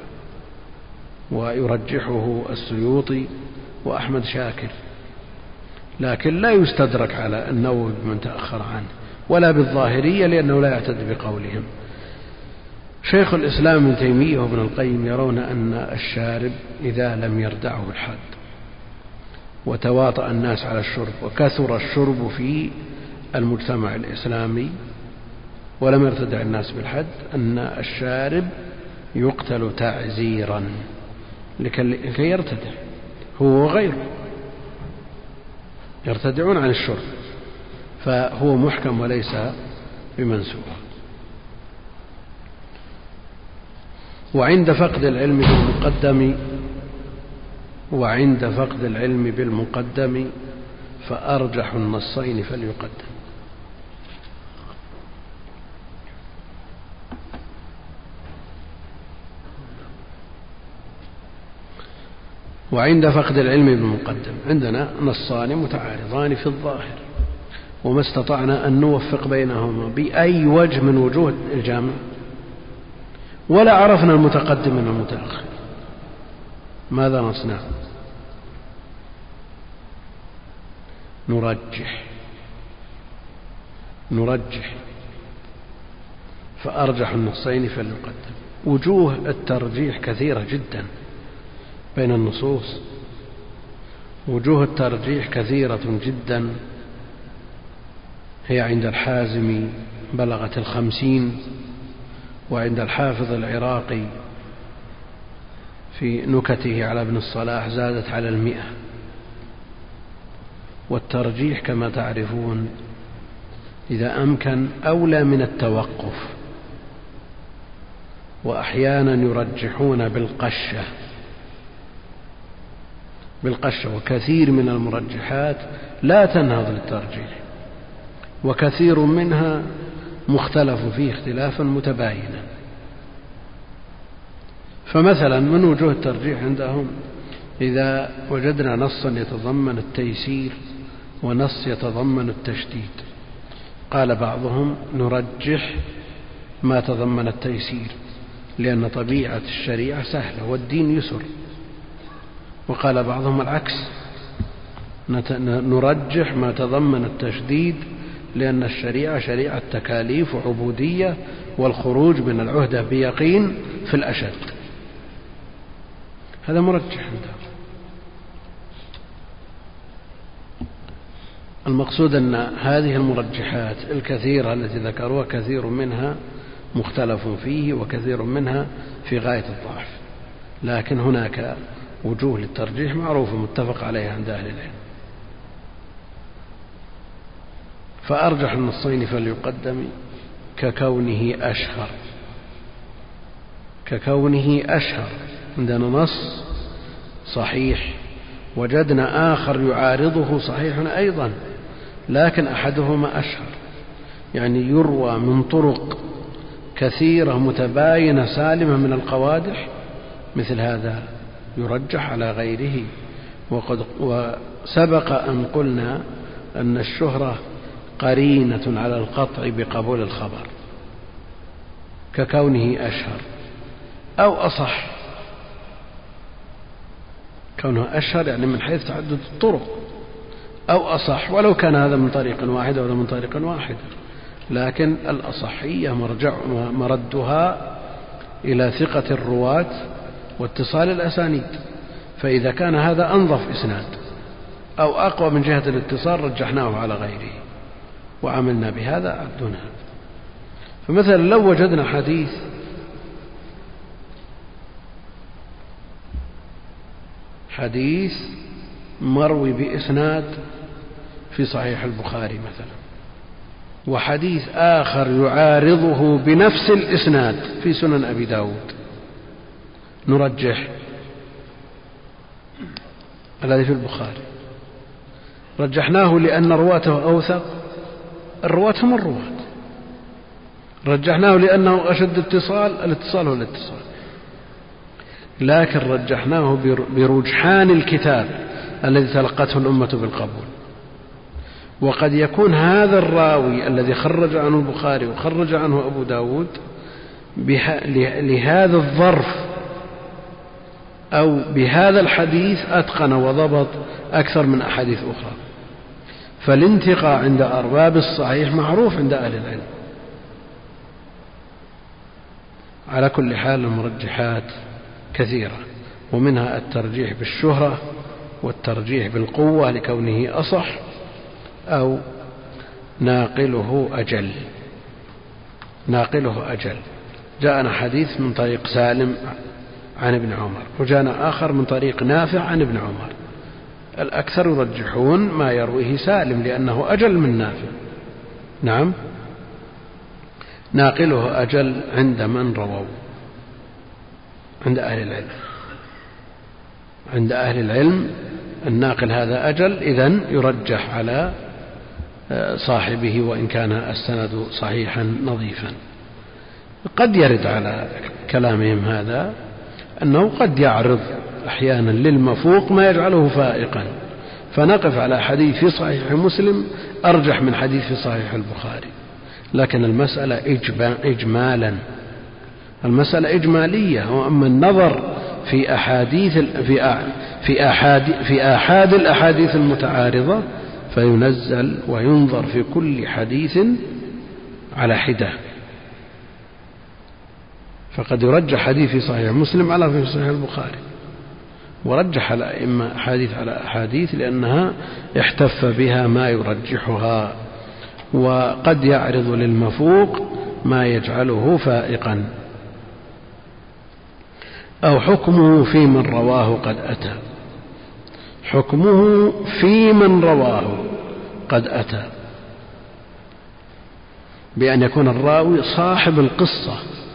ويرجحه السيوطي وأحمد شاكر، لكن لا يستدرك على النووي بمن تأخر عنه ولا بالظاهرية لأنه لا يعتد بقولهم. شيخ الإسلام ابن تيمية وابن القيم يرون أن الشارب إذا لم يردعه الحد وتواطأ الناس على الشرب وكثر الشرب في المجتمع الإسلامي ولم يرتدع الناس بالحد، أن الشارب يقتل تعزيرا لكي يرتدع هو وغيره، يرتدعون عن الشرب، فهو محكم وليس بمنسوخ. وعند فقد العلم بالمقدم وعند فقد العلم بالمقدم فأرجح النصين فليقدم. وعند فقد العلم بالمقدم عندنا نصان متعارضان في الظاهر، وما استطعنا أن نوفق بينهما بأي وجه من وجوه الجامع، ولا عرفنا المتقدم من المتأخر، ماذا نصنع؟ نرجح نرجح فأرجح النصين فليقدم. وجوه الترجيح كثيرة جدا بين النصوص، وجوه الترجيح كثيرة جدا، هي عند الحازم بلغت الخمسين، وعند الحافظ العراقي في نكته على ابن الصلاح زادت على المئة. والترجيح كما تعرفون إذا أمكن أولى من التوقف، وأحيانا يرجحون بالقشة بالقشة وكثير من المرجحات لا تنهض للترجيح، وكثير منها مختلف فيه اختلافا متباينا. فمثلا من وجوه الترجيح عندهم إذا وجدنا نصا يتضمن التيسير ونص يتضمن التشديد، قال بعضهم نرجح ما تضمن التيسير لأن طبيعة الشريعة سهلة والدين يسر، وقال بعضهم العكس، نرجح ما تضمن التشديد لأن الشريعة شريعة تكاليف وعبودية والخروج من العهدة بيقين في الأشد. هذا مرجح عندهم. المقصود أن هذه المرجحات الكثيرة التي ذكروها كثير منها مختلف فيه وكثير منها في غاية الضعف، لكن هناك وجوه للترجيح معروفة متفق عليها عند أهل العلم. فأرجح النصين فليقدم ككونه أشهر ككونه أشهر عندنا نص صحيح وجدنا آخر يعارضه صحيح أيضا، لكن أحدهما أشهر، يعني يروى من طرق كثيرة متباينة سالمة من القوادح، مثل هذا يرجح على غيره. وقد وسبق أن قلنا أن الشهرة قرينة على القطع بقبول الخبر، ككونه أشهر أو أصح. كونه أشهر يعني من حيث تعدد الطرق، أو أصح ولو كان هذا من طريق واحد أو من طريق واحد، لكن الأصحية مرجع مردها إلى ثقة الرواة واتصال الأسانيد، فإذا كان هذا أنظف إسناد أو أقوى من جهة الاتصال رجحناه على غيره. وعملنا بهذا عبدنا. فمثلا لو وجدنا حديث حديث مروي بإسناد في صحيح البخاري مثلا، وحديث آخر يعارضه بنفس الإسناد في سنن أبي داود، نرجح الذي في البخاري. رجحناه لأن رواته أوثق، الرواة هم الرواة. رجحناه لأنه أشد اتصال، الاتصال هو الاتصال. لكن رجحناه برجحان الكتاب الذي تلقته الأمة بالقبول. وقد يكون هذا الراوي الذي خرج عنه البخاري وخرج عنه أبو داود لهذا الظرف أو بهذا الحديث أتقن وضبط أكثر من أحاديث أخرى. فالانتقاء عند أرباب الصحيح معروف عند أهل العلم. على كل حال المرجحات كثيرة، ومنها الترجيح بالشهرة والترجيح بالقوة لكونه أصح، أو ناقله أجل. ناقله أجل، جاءنا حديث من طريق سالم عن ابن عمر، وجاءنا آخر من طريق نافع عن ابن عمر. الأكثر يرجحون ما يرويه سالم لأنه أجل من نافع. نعم، ناقله أجل عند من رووا، عند أهل العلم. عند أهل العلم الناقل هذا أجل، إذن يرجح على صاحبه وإن كان السند صحيحا نظيفا. قد يرد على كلامهم هذا أنه قد يعرض أحيانا للمفوق ما يجعله فائقا، فنقف على حديث في صحيح مسلم أرجح من حديث في صحيح البخاري. لكن المسألة إجمالا، المسألة إجمالية. وأما النظر في أحاديث في في أحاد في آحاد الأحاديث المتعارضة فينزل وينظر في كل حديث على حدة. فقد يرجح حديث في صحيح مسلم على في صحيح البخاري، ورجح الأئمة أحاديث على أحاديث لأنها احتف بها ما يرجحها. وقد يعرض للمفوق ما يجعله فائقا. أو حكمه في من رواه قد أتى، حكمه في من رواه قد أتى بأن يكون الراوي صاحب القصة.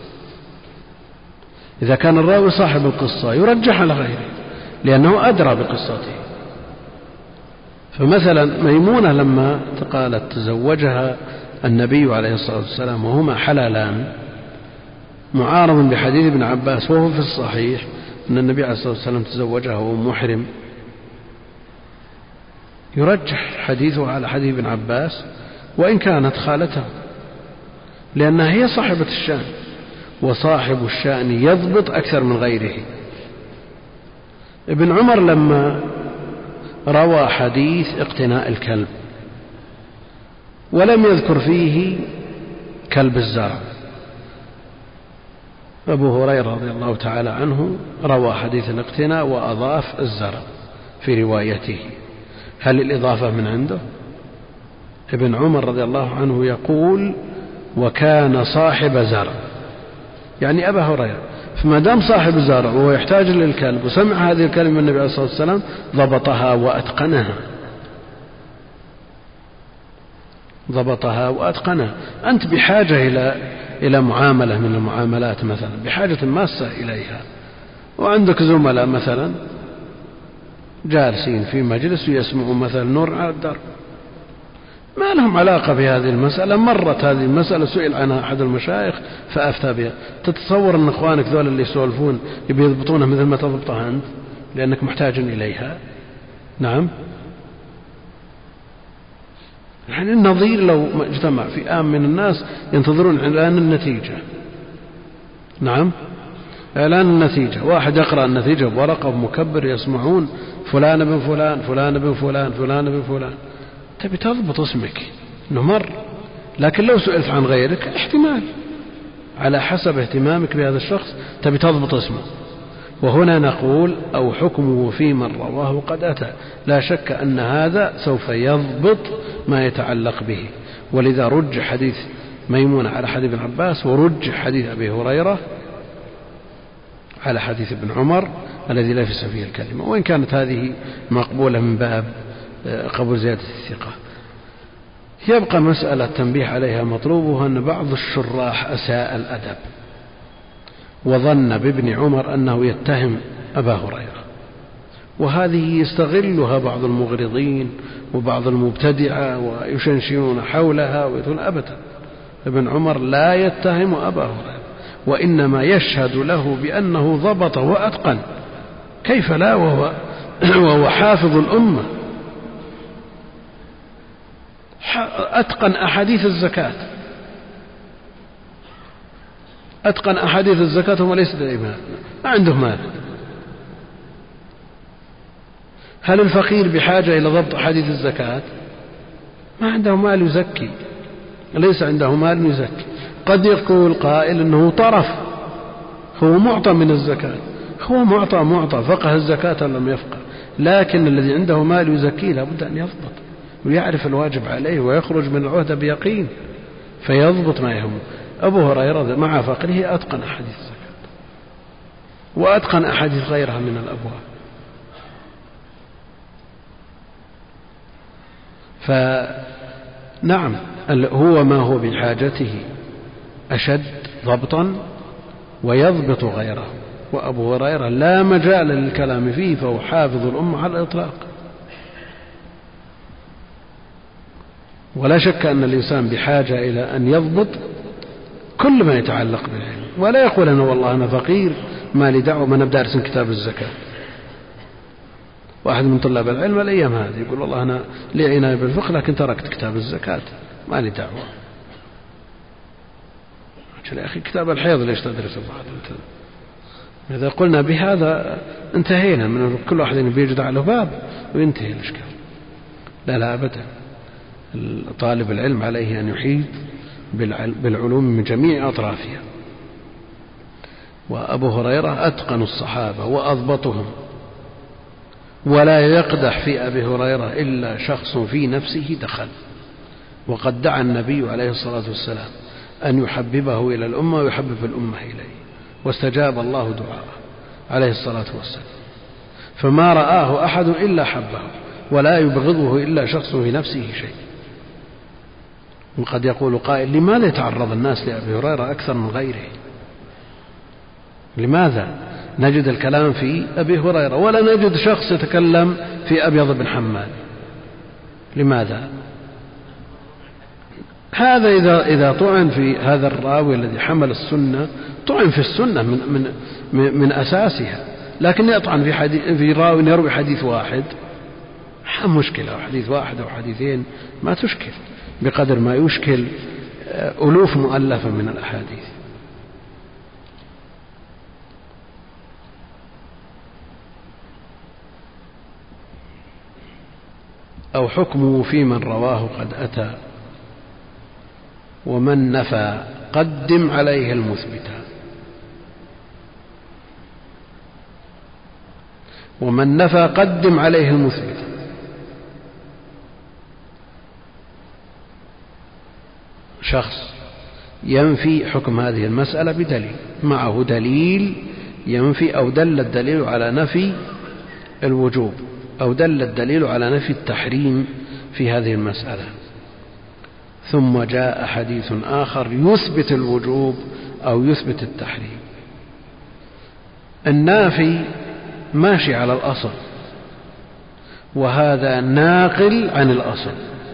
إذا كان الراوي صاحب القصة يرجح على غيره لأنه أدرى بقصته. فمثلا ميمونة لما قالت تزوجها النبي عليه الصلاة والسلام وهما حلالان، معارض بحديث ابن عباس وهو في الصحيح أن النبي عليه الصلاة والسلام تزوجها وهو محرم، يرجح حديثه على حديث ابن عباس وإن كانت خالته، لأنها هي صاحبة الشأن، وصاحب الشأن يضبط أكثر من غيره. ابن عمر لما روى حديث اقتناء الكلب ولم يذكر فيه كلب الزرع، أبو هريرة رضي الله تعالى عنه روى حديث الاقتناء وأضاف الزرع في روايته، هل الإضافة من عنده؟ ابن عمر رضي الله عنه يقول وكان صاحب زرع، يعني أبا هريرة، فما دام صاحب زرع وهو يحتاج للكلب وسمع هذه الكلمة من النبي عليه الصلاة والسلام ضبطها وأتقنها، ضبطها وأتقنها. أنت بحاجة إلى إلى معاملة من المعاملات مثلا، بحاجة ماسة إليها، وعندك زملاء مثلا جالسين في مجلس ويسمعون مثلا نور على الدار، ما لهم علاقة بهذه المسألة، مرت هذه المسألة سئل عنها أحد المشايخ فأفتى بها. تتصور أن إخوانك ذول اللي يسولفون يبي يضبطونها مثل ما تضبطها أنت لأنك محتاج إليها؟ نعم. يعني النظير لو اجتمع في آم من الناس ينتظرون إعلان النتيجة، نعم، إعلان النتيجة، واحد يقرأ النتيجة بورقة ومكبر يسمعون فلان بن فلان فلان بن فلان فلان بن فلان، تبي تضبط اسمك إنه مر. لكن لو سئلت عن غيرك احتمال على حسب اهتمامك بهذا الشخص تبي تضبط اسمه. وهنا نقول أو حكمه في من رواه قد أتى، لا شك أن هذا سوف يضبط ما يتعلق به. ولذا رج حديث ميمون على حديث ابن عباس، ورج حديث أبي هريرة على حديث ابن عمر الذي لا يفسر فيه الكلمة، وإن كانت هذه مقبولة من باب قبول زيادة الثقة. يبقى مسألة تنبيه عليها مطلوبها أن بعض الشراح أساء الأدب وظن بابن عمر أنه يتهم أبا هريرة، وهذه يستغلها بعض المغرضين وبعض المبتدعة ويشنشنون حولها ويقولون أبدا، ابن عمر لا يتهم أبا هريرة، وإنما يشهد له بأنه ضبط وأتقن، كيف لا وهو, وهو حافظ الأمة، أتقن أحاديث الزكاة، أتقن أحاديث الزكاة وما ليس الإمام، ما عنده مال. هل الفقير بحاجة إلى ضبط أحاديث الزكاة؟ ما عنده مال يزكي، ليس عنده مال يزكي. قد يقول قائل أنه طرف، هو معطى من الزكاة، هو معطى معطى فقه الزكاة لم يفقه، لكن الذي عنده مال يزكيه لابد أن يضبط ويعرف الواجب عليه ويخرج من العهدة بيقين فيضبط ما يهمه. أبو هريرة مع فقره أتقن أحاديث الزكاة وأتقن أحاديث غيرها من الأبواب. فنعم هو ما هو بحاجته أشد ضبطا ويضبط غيره، وأبو هريرة لا مجال للكلام فيه، فهو حافظ الأمة على الإطلاق. ولا شك أن الإنسان بحاجة إلى أن يضبط كل ما يتعلق بالعلم، ولا يقول أنا والله أنا فقير ما لي دعوة ما نبدأ أرسم كتاب الزكاة. واحد من طلاب العلم الأيام هذه يقول والله أنا لي عناية بالفقه لكن تركت كتاب الزكاة ما لي دعوة. يا أخي كتاب الحيض ليش تدرسه بعد؟ إذا قلنا بهذا انتهينا من كل واحد بيجد على باب وينتهي الإشكال. لا لا أبدا، طالب العلم عليه أن يحيط بالعلوم من جميع أطرافها. وأبو هريرة أتقن الصحابة وأضبطهم، ولا يقدح في أبي هريرة إلا شخص في نفسه دخل، وقد دعا النبي عليه الصلاة والسلام أن يحببه إلى الأمة ويحبب الأمة إليه، واستجاب الله دعاءه عليه الصلاة والسلام. فما رآه أحد إلا حبه، ولا يبغضه إلا شخص في نفسه شيء. وقد يقول قائل لماذا يتعرض الناس لأبي هريرة أكثر من غيره؟ لماذا نجد الكلام في أبي هريرة ولا نجد شخص يتكلم في أبيض بن حماد؟ لماذا؟ هذا إذا إذا طعن في هذا الراوي الذي حمل السنة طعن في السنة من من من أساسها، لكن يطعن في حديث في راوي يروي حديث واحد مشكلة، أو حديث واحد أو حديثين ما تشكل بقدر ما يشكل ألوف مؤلفة من الأحاديث. أو حكمه في من رواه قد أتى، ومن نفى قدم عليه المثبت، ومن نفى قدم عليه المثبت. شخص ينفي حكم هذه المسألة بدليل، معه دليل ينفي، أو دل الدليل على نفي الوجوب، أو دل الدليل على نفي التحريم في هذه المسألة، ثم جاء حديث آخر يثبت الوجوب أو يثبت التحريم. النافي ماشي على الأصل، وهذا ناقل عن الأصل.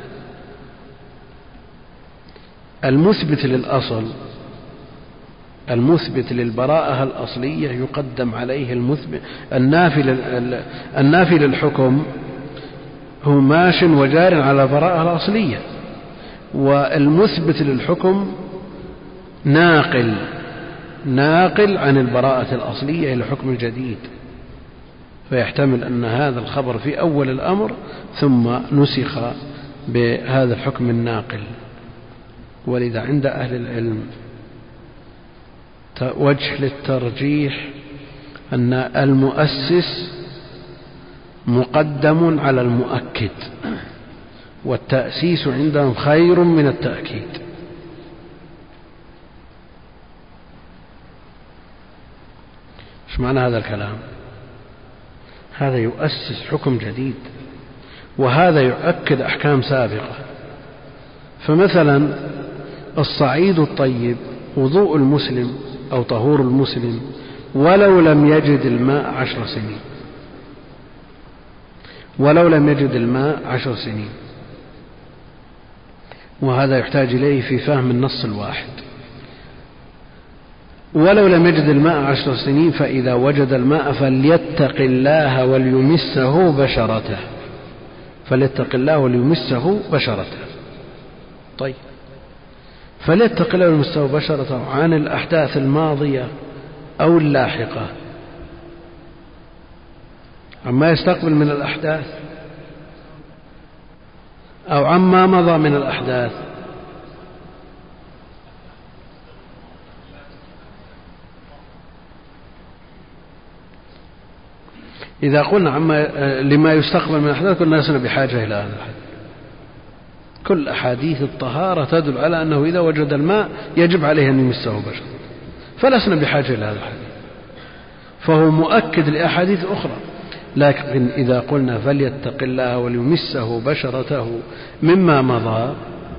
المثبت للأصل، المثبت للبراءة الأصلية يقدم عليه المثبت. النافي النافي للحكم هو ماش وجار على البراءة الأصلية، والمثبت للحكم ناقل ناقل عن البراءة الأصلية إلى الحكم الجديد، فيحتمل أن هذا الخبر في أول الأمر ثم نسخ بهذا الحكم الناقل. ولذا عند أهل العلم وجه للترجيح أن المؤسس مقدم على المؤكد، والتأسيس عندهم خير من التأكيد. ايش معنى هذا الكلام؟ هذا يؤسس حكم جديد، وهذا يؤكد أحكام سابقة. فمثلا الصعيد الطيب وضوء المسلم أو طهور المسلم ولو لم يجد الماء عشر سنين، ولو لم يجد الماء عشر سنين، وهذا يحتاج إليه في فهم النص الواحد. ولو لم يجد الماء عشر سنين فإذا وجد الماء فليتق الله وليمسه بشرته، فليتق الله وليمسه بشرته. طيب، فليتق الله وليمسه بشرته عن الأحداث الماضية أو اللاحقة، عما يستقبل من الأحداث أو عما مضى من الأحداث. إذا قلنا عما لما يستقبل من الأحداث كنا لسنا بحاجة إلى هذا الحديث. كل أحاديث الطهارة تدل على أنه إذا وجد الماء يجب عليه أن يمسه بشرته، فلسنا بحاجة إلى هذا الحديث، فهو مؤكد لأحاديث أخرى. لكن إذا قلنا فليتق الله وليمسه بشرته مما مضى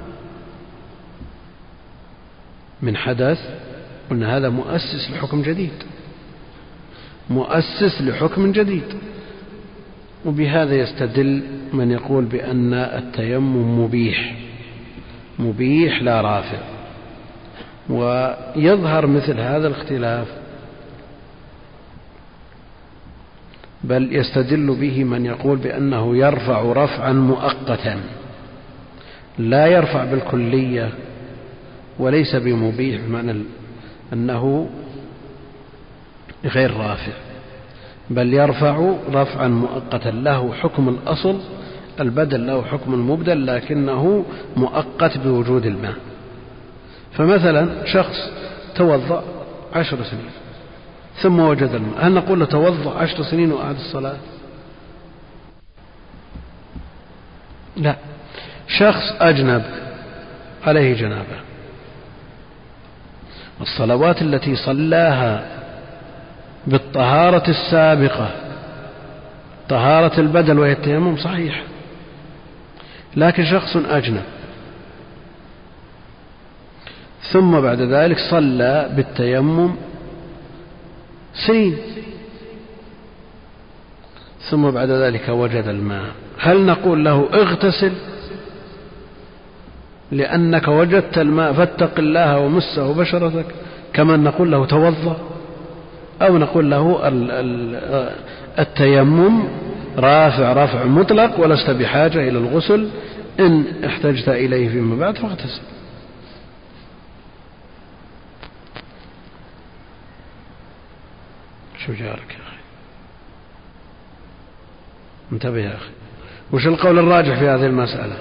من حدث، قلنا هذا مؤسس لحكم جديد، مؤسس لحكم جديد. وبهذا يستدل من يقول بأن التيمم مبيح، مبيح لا رافع. ويظهر مثل هذا الاختلاف، بل يستدل به من يقول بأنه يرفع رفعا مؤقتا، لا يرفع بالكلية وليس بمبيح، بمعنى أنه غير رافع، بل يرفع رفعا مؤقتا له حكم الأصل، البدل له حكم المبدل، لكنه مؤقت بوجود الماء. فمثلا شخص توضأ عشر سنين ثم وجد الماء، هل نقول له توضأ عشر سنين وأعد الصلاة؟ لا. شخص أجنب عليه جنابة، الصلوات التي صلاها بالطهارة السابقة طهارة البدل وهي التيمم صحيح، لكن شخص أجنب ثم بعد ذلك صلى بالتيمم سنين ثم بعد ذلك وجد الماء، هل نقول له اغتسل لأنك وجدت الماء فاتق الله ومسه بشرتك، كما نقول له توضأ؟ أو نقول له التيمم رافع رفع مطلق ولست بحاجة إلى الغسل، إن احتجت إليه فيما بعد فاغتسل. شو جارك يا أخي؟ انتبه يا أخي، وش القول الراجح في هذه المسألة؟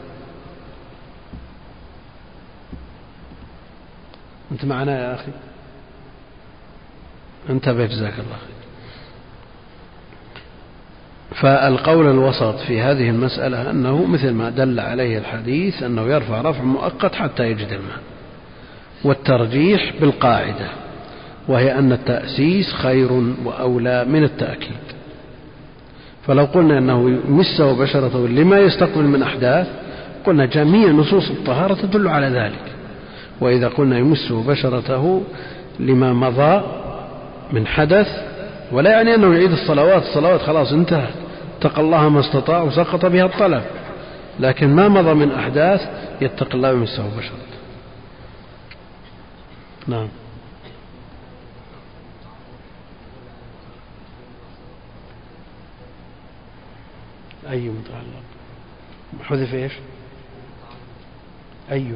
أنت معنا يا أخي؟ انتبه جزاك الله خير. فالقول الوسط في هذه المسألة أنه مثل ما دل عليه الحديث، أنه يرفع رفع مؤقت حتى يجد الماء، والترجيح بالقاعدة، وهي أن التأسيس خير وأولى من التأكيد. فلو قلنا أنه يمسه بشرته لما يستقبل من أحداث، قلنا جميع نصوص الطهارة تدل على ذلك. وإذا قلنا يمسه بشرته لما مضى من حدث، ولا يعني أنه يعيد الصلوات، الصلوات خلاص انتهت، اتق الله ما استطاع وسقط بها الطلب، لكن ما مضى من أحداث يتق الله ويمسه بشرته. نعم. أي متعلق حذف إيش؟ أي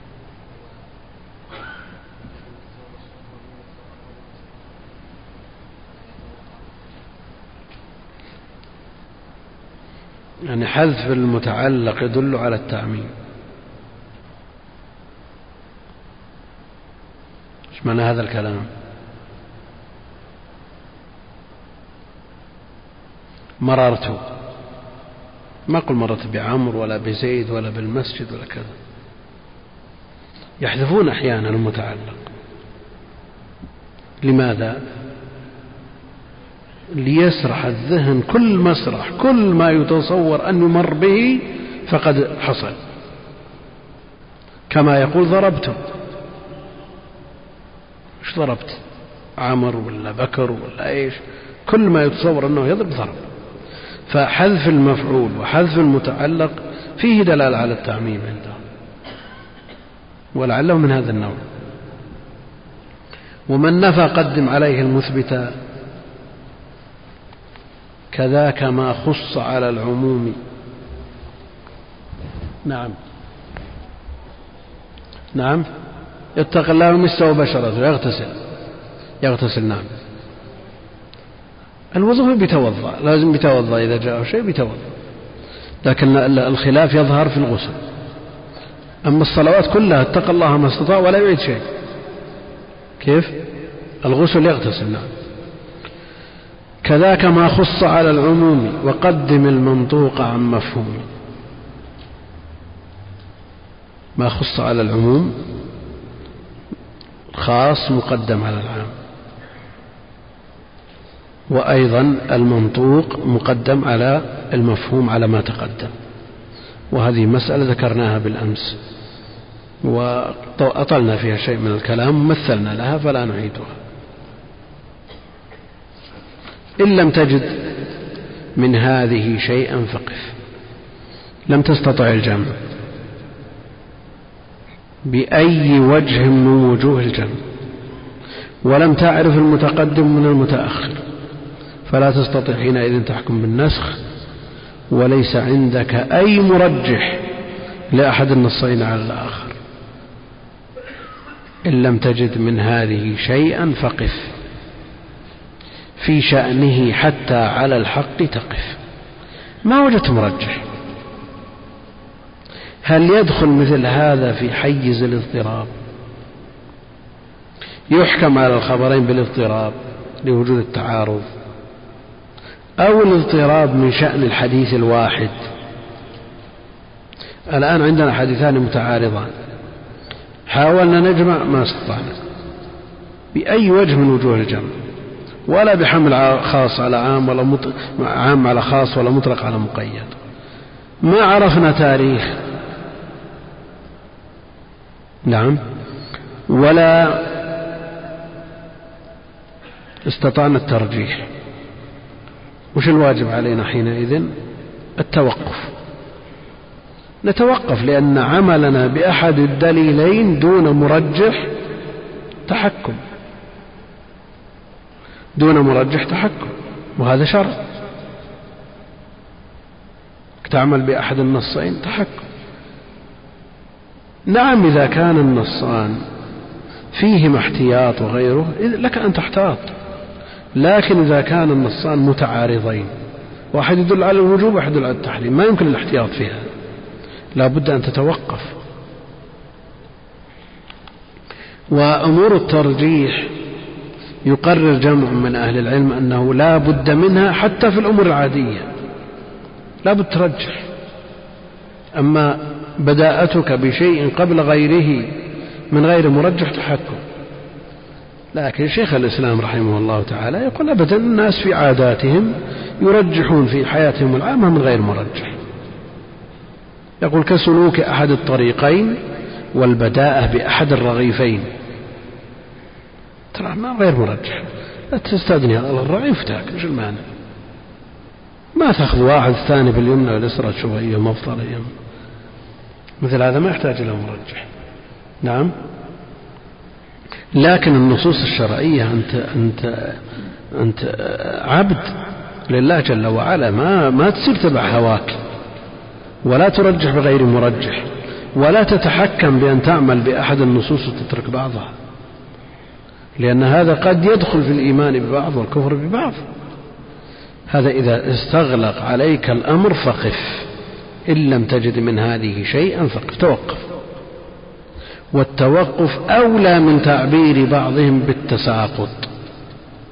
يعني حذف المتعلق يدل على التعميم. ايش معنى هذا الكلام؟ مررت ما قل مرت بعمر ولا بزيد ولا بالمسجد ولا كذا. يحذفون أحيانا المتعلق. لماذا؟ ليسرح الذهن كل مسرح، كل ما يتصور أن يمر به فقد حصل. كما يقول ضربته، ايش ضربت؟ عمر ولا بكر ولا ايش؟ كل ما يتصور أنه يضرب ضرب. فحذف المفعول وحذف المتعلق فيه دلالة على التعميم عنده، ولعله من هذا النوع. ومن نفى قدم عليه المثبت، كذاك ما خص على العموم. نعم نعم يتقي الله ويمسه بشرته، يغتسل يغتسل نعم. الوضوء بيتوضأ، لازم بيتوضأ إذا جاءه شيء بيتوضأ، لكن الخلاف يظهر في الغسل. أما الصلوات كلها اتقى الله ما استطاع ولا يعيد شيء. كيف؟ الغسل يغتسل نعم. كذاك ما خص على العموم وقدم المنطوق عن مفهوم. ما خص على العموم خاص مقدم على العام، وأيضا المنطوق مقدم على المفهوم على ما تقدم. وهذه مسألة ذكرناها بالأمس وأطلنا فيها شيء من الكلام ومثلنا لها فلا نعيدها. إن لم تجد من هذه شيئا فقف. لم تستطع الجمع بأي وجه من وجوه الجمع، ولم تعرف المتقدم من المتأخر، فلا تستطيع حينئذ تحكم بالنسخ، وليس عندك أي مرجح لأحد النصين على الآخر. إن لم تجد من هذه شيئا فقف في شأنه حتى على الحق تقف. ما وجدت مرجح. هل يدخل مثل هذا في حيز الاضطراب؟ يحكم على الخبرين بالاضطراب لوجود التعارض، أو الاضطراب من شأن الحديث الواحد؟ الآن عندنا حديثان متعارضان، حاولنا نجمع ما استطعنا بأي وجه من وجوه الجمع، ولا بحمل خاص على عام ولا مط... عام على خاص ولا مطلق على مقيد. ما عرفنا تاريخ نعم، ولا استطعنا الترجيح. وش الواجب علينا حينئذ؟ التوقف. نتوقف لأن عملنا بأحد الدليلين دون مرجح تحكم، دون مرجح تحكم، وهذا شرط. تعمل بأحد النصين تحكم. نعم إذا كان النصان فيهما احتياط وغيره لك أن تحتاط، لكن إذا كان النصان متعارضين، واحد يدل على الوجوب واحد يدل على التحريم، ما يمكن الاحتياط فيها، لا بد أن تتوقف. وأمور الترجيح يقرر جمع من أهل العلم أنه لا بد منها حتى في الأمور العادية، لا بد ترجح. أما بداءتك بشيء قبل غيره من غير مرجح تحكم. لكن شيخ الإسلام رحمه الله تعالى يقول أبدا الناس في عاداتهم يرجحون في حياتهم العامة من غير مرجح. يقول كسلوك أحد الطريقين والبداءة بأحد الرغيفين، ترى ما غير مرجح. لا تستدني على الرغيف تاكل، ايش المانع؟ ما تأخذ واحد الثاني باليمنى واليسرى تشوف أيهم أفضل أيهم. مثل هذا ما يحتاج إلى مرجح. نعم. لكن النصوص الشرعية أنت أنت أنت عبد لله جل وعلا، ما ما تصير تبع هواك، ولا ترجح بغير مرجح، ولا تتحكم بأن تعمل بأحد النصوص وتترك بعضها، لأن هذا قد يدخل في الإيمان ببعض والكفر ببعض. هذا إذا استغلق عليك الأمر فقف. إن لم تجد من هذه شيئا فقف، توقف. والتوقف أولى من تعبير بعضهم بالتساقط.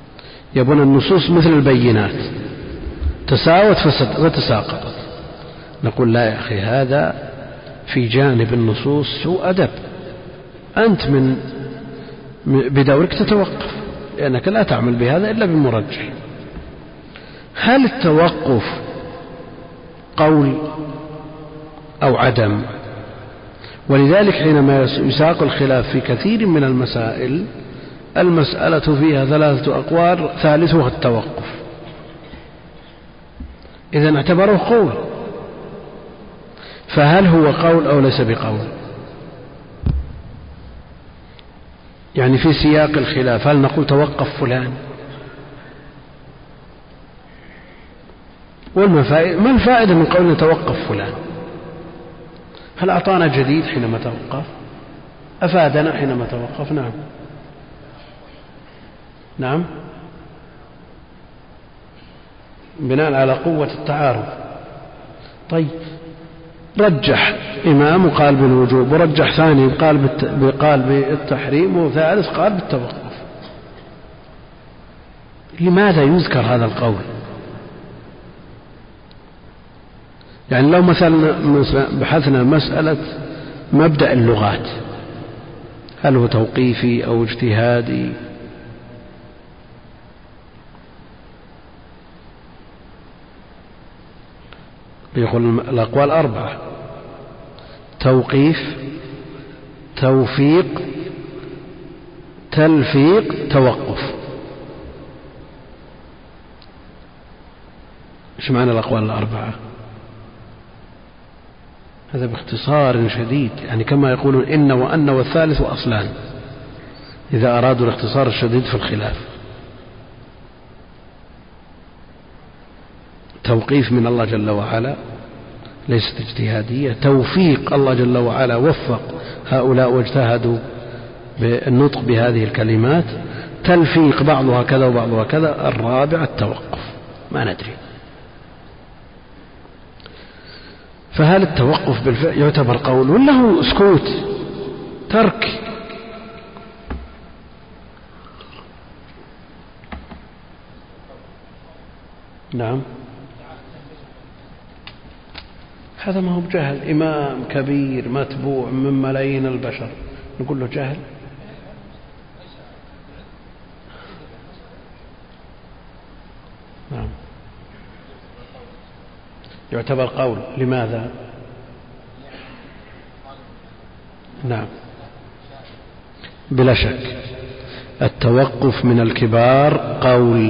يبون النصوص مثل البينات، تساوت فتساقطت، نقول لا يا أخي، هذا في جانب النصوص سوء أدب، أنت من بدورك تتوقف، لأنك لا تعمل بهذا إلا بمرجح. هل التوقف قول أو عدم؟ ولذلك حينما يساق الخلاف في كثير من المسائل المسألة فيها ثلاثة أقوال ثالثها التوقف، إذن اعتبروه قول، فهل هو قول أو ليس بقول؟ يعني في سياق الخلاف هل نقول توقف فلان؟ ما الفائدة من قولنا توقف فلان؟ هل أعطانا جديد حينما توقف؟ أفادنا حينما توقف؟ نعم نعم بناء على قوة التعارض. طيب رجح إمام وقال بالوجوب، ورجح ثاني قال بالتحريم، وثالث قال بالتوقف، لماذا يذكر هذا القول؟ يعني لو مثلا بحثنا مسألة مبدأ اللغات، هل هو توقيفي أو اجتهادي؟ يقول الأقوال أربعة: توقيف، توفيق، تلفيق، توقف. إيش معنى الأقوال الأربعة؟ هذا باختصار شديد، يعني كما يقولون إن وأن والثالث وأصلان، إذا أرادوا الاختصار الشديد في الخلاف. توقيف من الله جل وعلا ليست اجتهادية، توفيق الله جل وعلا وفق هؤلاء واجتهدوا بالنطق بهذه الكلمات، تلفيق بعضها كذا وبعضها كذا، الرابع التوقف، ما ندري. فهل التوقف بالفعل يعتبر قول ولا هو سكوت ترك؟ نعم، هذا ما هو بجهل، إمام كبير متبوع من ملايين البشر نقول له جهل؟ نعم يعتبر قول. لماذا؟ نعم بلا شك التوقف من الكبار قول،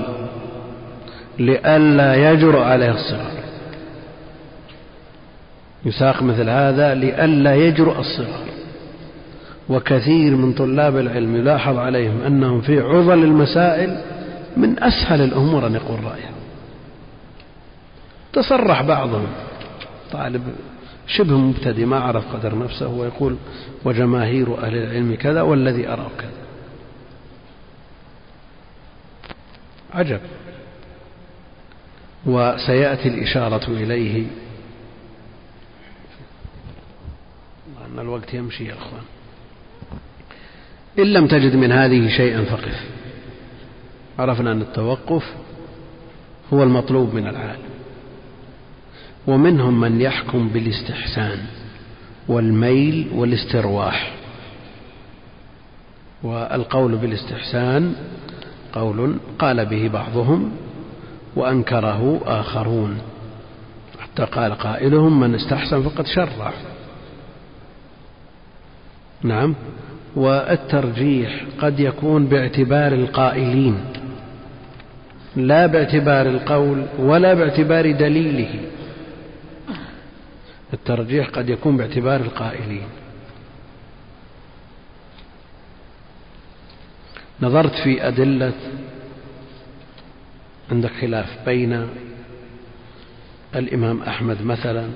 لئلا يجرؤ عليه الصغار، يساق مثل هذا لئلا يجرؤ الصغار. وكثير من طلاب العلم يلاحظ عليهم أنهم في عضل المسائل من أسهل الأمور أن يقول رأيه. تصرح بعضهم طالب شبه مبتدئ ما عرف قدر نفسه ويقول وجماهير أهل العلم كذا والذي أراه كذا. عجب. وسيأتي الإشارة إليه، أن الوقت يمشي يا أخوان. إن لم تجد من هذه شيئا فقف. عرفنا أن التوقف هو المطلوب من العالم، ومنهم من يحكم بالاستحسان والميل والاسترواح. والقول بالاستحسان قول قال به بعضهم وأنكره آخرون، حتى قال قائلهم من استحسن فقد شرع. نعم. والترجيح قد يكون باعتبار القائلين لا باعتبار القول ولا باعتبار دليله. الترجيح قد يكون باعتبار القائلين. نظرت في أدلة، عندك خلاف بين الإمام أحمد مثلا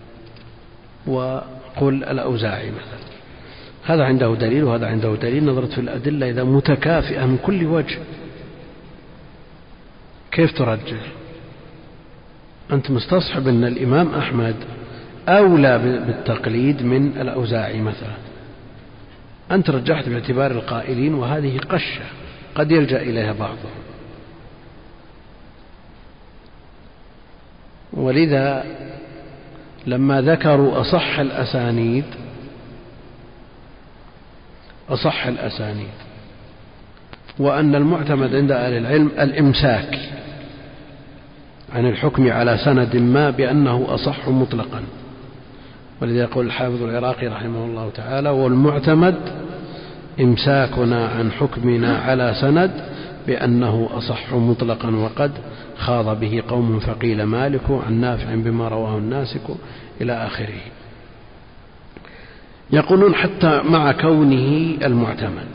وقل الأوزاعي مثلا، هذا عنده دليل وهذا عنده دليل. نظرت في الأدلة إذا متكافئة من كل وجه، كيف ترجح؟ أنت مستصحب أن الإمام أحمد أولى بالتقليد من الأوزاعي مثلا، أنت رجحت باعتبار القائلين، وهذه قشة قد يلجأ إليها بعضهم. ولذا لما ذكروا أصح الأسانيد أصح الأسانيد وأن المعتمد عند أهل العلم الإمساك عن الحكم على سند ما بأنه أصح مطلقا، ولذا يقول الحافظ العراقي رحمه الله تعالى: والمعتمد إمساكنا عن حكمنا على سند بأنه أصح مطلقا، وقد خاض به قوم فقيل مالك عن نافع بما رواه الناسك إلى آخره. يقولون حتى مع كونه المعتمد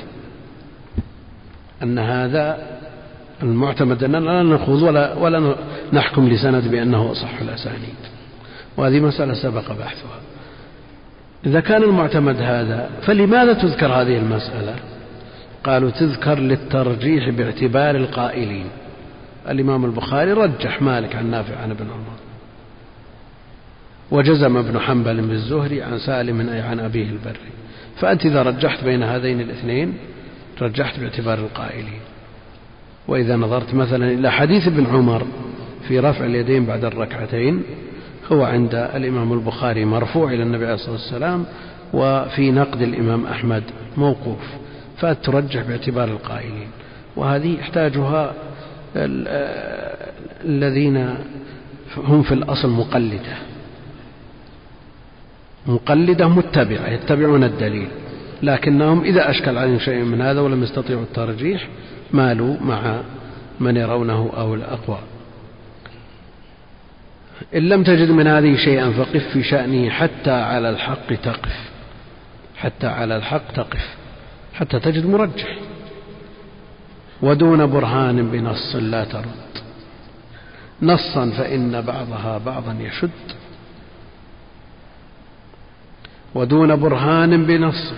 أن هذا المعتمد أننا لا نخوض ولا, ولا نحكم لسند بأنه أصح الأسانيد، وهذه مسألة سبق بحثها. إذا كان المعتمد هذا فلماذا تذكر هذه المسألة؟ قالوا تذكر للترجيح باعتبار القائلين. الإمام البخاري رجح مالك عن نافع عن ابن عمر، وجزم ابن حنبل بالزهري عن سالم أي عن أبيه البري، فأنت إذا رجحت بين هذين الاثنين رجحت باعتبار القائلين. وإذا نظرت مثلا إلى حديث ابن عمر في رفع اليدين بعد الركعتين، هو عند الإمام البخاري مرفوع إلى النبي عليه الصلاة والسلام، وفي نقد الإمام أحمد موقوف، فترجح باعتبار القائلين. وهذه يحتاجها الذين هم في الأصل مقلدة مقلدة متبعة يتبعون الدليل، لكنهم إذا أشكل عليهم شيء من هذا ولم يستطيعوا الترجيح مالوا مع من يرونه أو الأقوى. إن لم تجد من هذه شيئا فقف في شأنه حتى على الحق تقف حتى على الحق تقف حتى تجد مرجح، ودون برهان بنص لا ترد نصا فإن بعضها بعضا يشد، ودون برهان بنص،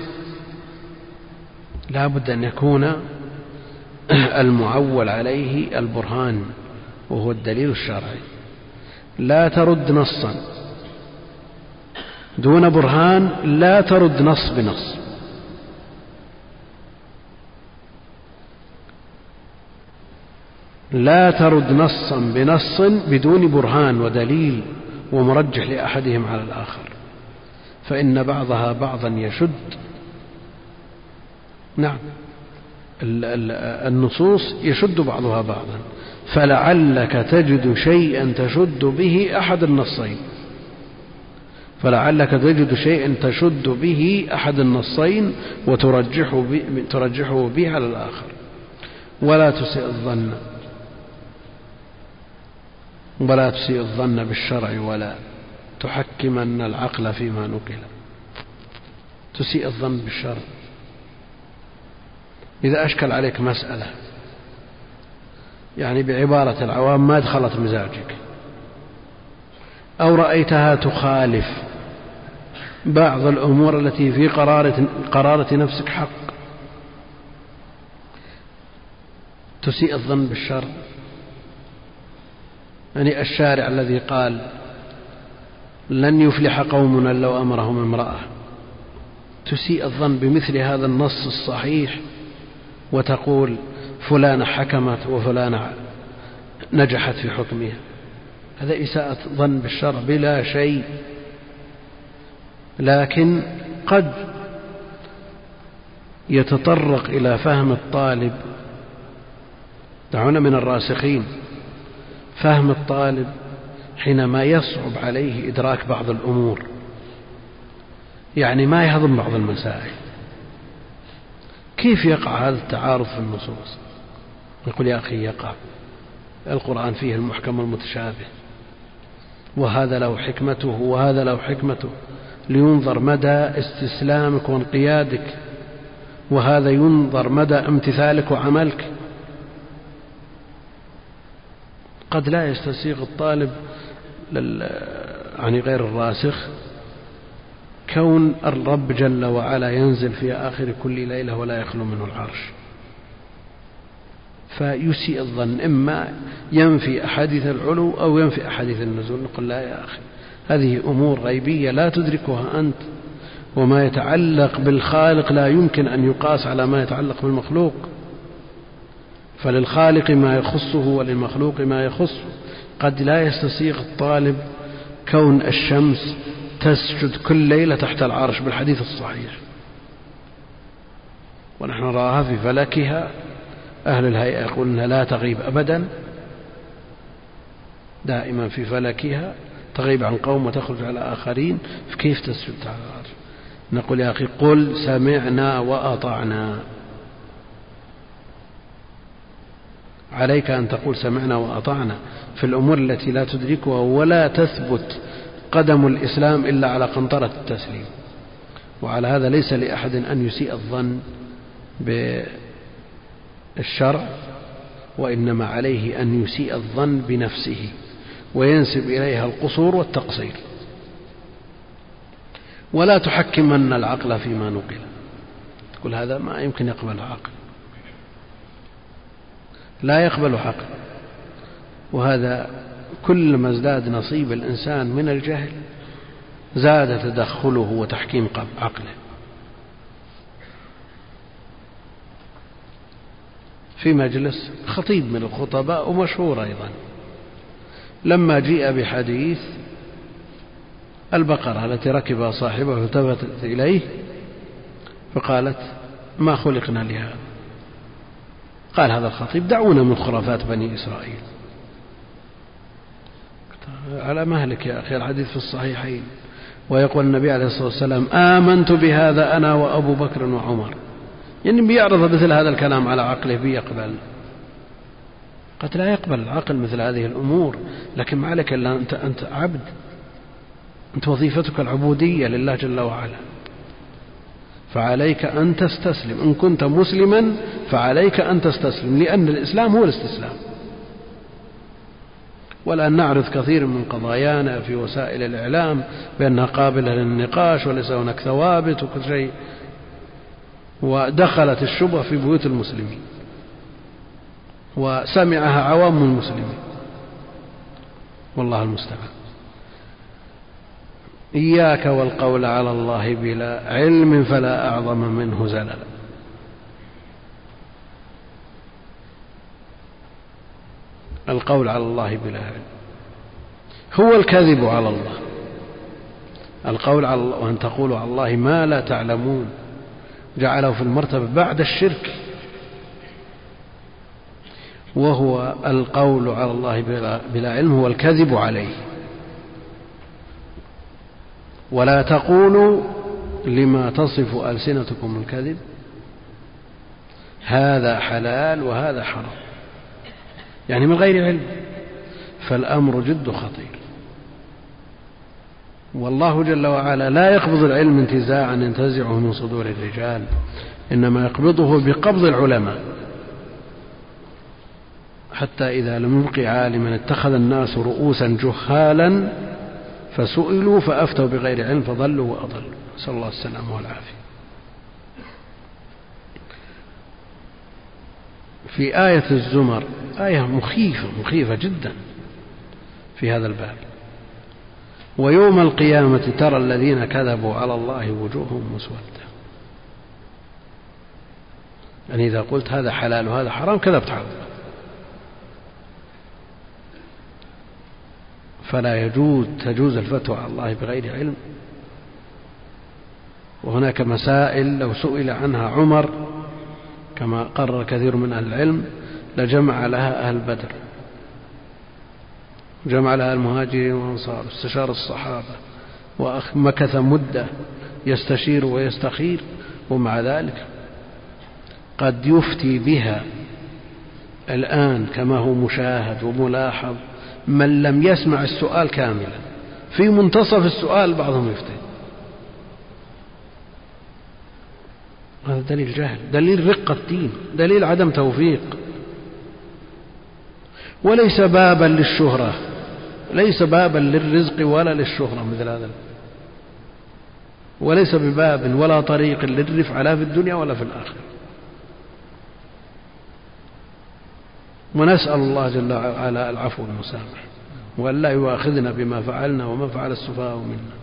لا بد أن يكون المعول عليه البرهان وهو الدليل الشرعي. لا ترد نصا دون برهان، لا ترد نص بنص. لا ترد نصا بنص بدون برهان ودليل ومرجح لأحدهم على الآخر، فإن بعضها بعضا يشد. نعم، النصوص يشد بعضها بعضا، فلعلك تجد شيئا تشد به أحد النصين فلعلك تجد شيئا تشد به أحد النصين وترجحه ترجحه به على الآخر. ولا تسيء الظن ولا تسيء الظن بالشرع، ولا تحكمن العقل فيما نقل. تسيء الظن بالشرع إذا أشكل عليك مسألة، يعني بعبارة العوام ما دخلت مزاجك، أو رأيتها تخالف بعض الأمور التي في قرارة, قرارة نفسك حق، تسيء الظن بالشرع. يعني الشارع الذي قال لن يفلح قومنا لو أمرهم امرأة، تسيء الظن بمثل هذا النص الصحيح وتقول فلانة حكمت وفلانة نجحت في حكمها، هذا إساءة ظن بالشرع بلا شيء. لكن قد يتطرق إلى فهم الطالب، دعونا من الراسخين، فهم الطالب حينما يصعب عليه إدراك بعض الأمور، يعني ما يهضم بعض المسائل. كيف يقع هذا التعارض في النصوص؟ يقول يا أخي يقع، القرآن فيه المحكم المتشابه، وهذا له حكمته وهذا له حكمته، لينظر مدى استسلامك وانقيادك، وهذا ينظر مدى امتثالك وعملك. قد لا يستسيغ الطالب عن غير الراسخ كون الرب جل وعلا ينزل في آخر كل ليلة ولا يخلو منه العرش، فيسيء الظن، إما ينفي أحاديث العلو أو ينفي أحاديث النزول. نقول لا يا أخي، هذه أمور غيبية لا تدركها أنت، وما يتعلق بالخالق لا يمكن أن يقاس على ما يتعلق بالمخلوق، فللخالق ما يخصه وللمخلوق ما يخصه. قد لا يستسيغ الطالب كون الشمس تسجد كل ليلة تحت العرش بالحديث الصحيح، ونحن نراها في فلكها. أهل الهيئة يقولون لا تغيب أبدا، دائما في فلكها، تغيب عن قوم وتخرج على آخرين، فكيف تسجد على العرش؟ نقول يا أخي قل سمعنا وأطعنا. عليك أن تقول سمعنا وأطعنا في الأمور التي لا تدركها، ولا تثبت قدم الإسلام إلا على قنطرة التسليم. وعلى هذا ليس لأحد أن يسيء الظن بالشرع، وإنما عليه أن يسيء الظن بنفسه وينسب إليها القصور والتقصير، ولا تحكمن العقل فيما نقل. تقول هذا ما يمكن يقبل عقل، لا يقبل عقل. وهذا كلما ازداد نصيب الإنسان من الجهل زاد تدخله وتحكيم عقله. في مجلس خطيب من الخطباء ومشهور أيضا، لما جيء بحديث البقرة التي ركبها صاحبه التفتت إليه فقالت ما خلقنا لهذا. قال هذا الخطيب دعونا من خرافات بني إسرائيل. على مهلك يا أخي، الحديث في الصحيحين، ويقول النبي عليه الصلاة والسلام آمنت بهذا أنا وأبو بكر وعمر. يعني بيعرض مثل هذا الكلام على عقله بيقبل؟ قد لا يقبل العقل مثل هذه الأمور، لكن ما عليك إلا أنت, أنت عبد، أنت وظيفتك العبودية لله جل وعلا، فعليك أن تستسلم. إن كنت مسلما فعليك أن تستسلم، لأن الإسلام هو الاستسلام. والآن نعرض كثير من قضايانا في وسائل الإعلام بأنها قابلة للنقاش وليس هناك ثوابت وكل شيء، ودخلت الشبهة في بيوت المسلمين وسمعها عوام المسلمين، والله المستعان. إياك والقول على الله بلا علم فلا أعظم منه زللا. القول على الله بلا علم هو الكذب على الله. القول على الله وأن تقولوا على الله ما لا تعلمون، جعله في المرتبة بعد الشرك، وهو القول على الله بلا علم هو الكذب عليه. ولا تقولوا لما تصف ألسنتكم الكذب هذا حلال وهذا حرام، يعني من غير علم، فالأمر جد خطير. والله جل وعلا لا يقبض العلم انتزاعا ينتزعه من صدور الرجال، إنما يقبضه بقبض العلماء، حتى إذا لم يبق عالما اتخذ الناس رؤوسا جهالا فسئلوا فأفتوا بغير علم فضلوا وأضلوا، نسأل الله السلامة والعافية. في آية الزمر آية مخيفة مخيفة جدا في هذا الباب، ويوم القيامة ترى الذين كذبوا على الله وجوههم مسودة. يعني إذا قلت هذا حلال وهذا حرام كذبت على الله. فلا يجوز تجوز الفتوى على الله بغير علم. وهناك مسائل لو سئل عنها عمر كما قرر كثير من أهل العلم لجمع لها أهل بدر، جمع لها المهاجرين والأنصار، استشار الصحابة ومكث مدة يستشير ويستخير، ومع ذلك قد يفتي بها الآن كما هو مشاهد وملاحظ من لم يسمع السؤال كاملا، في منتصف السؤال بعضهم يفتي. هذا دليل جهل، دليل رقة الدين، دليل عدم توفيق، وليس بابا للشهرة، ليس بابا للرزق ولا للشهرة مثل هذا، وليس بباب ولا طريق للرفع لا في الدنيا ولا في الآخرة. ونسأل الله جل وعلا العفو والمسامح، وأن لا يؤاخذنا بما فعلنا وما فعل السفهاء منا.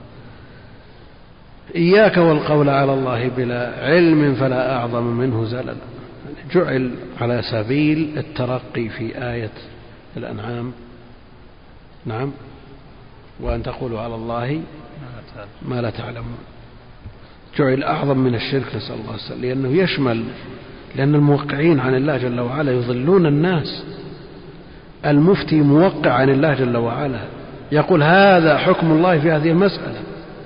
إياك والقول على الله بلا علم فلا أعظم منه زللا، جعل على سبيل الترقي في آية الأنعام. نعم، وأن تقولوا على الله ما لا تعلمون. جعل أعظم من الشرك، نسأل الله السلامة، لأنه يشمل، لأن الموقعين عن الله جل وعلا يضلون الناس. المفتي موقع عن الله جل وعلا، يقول هذا حكم الله في هذه المسألة.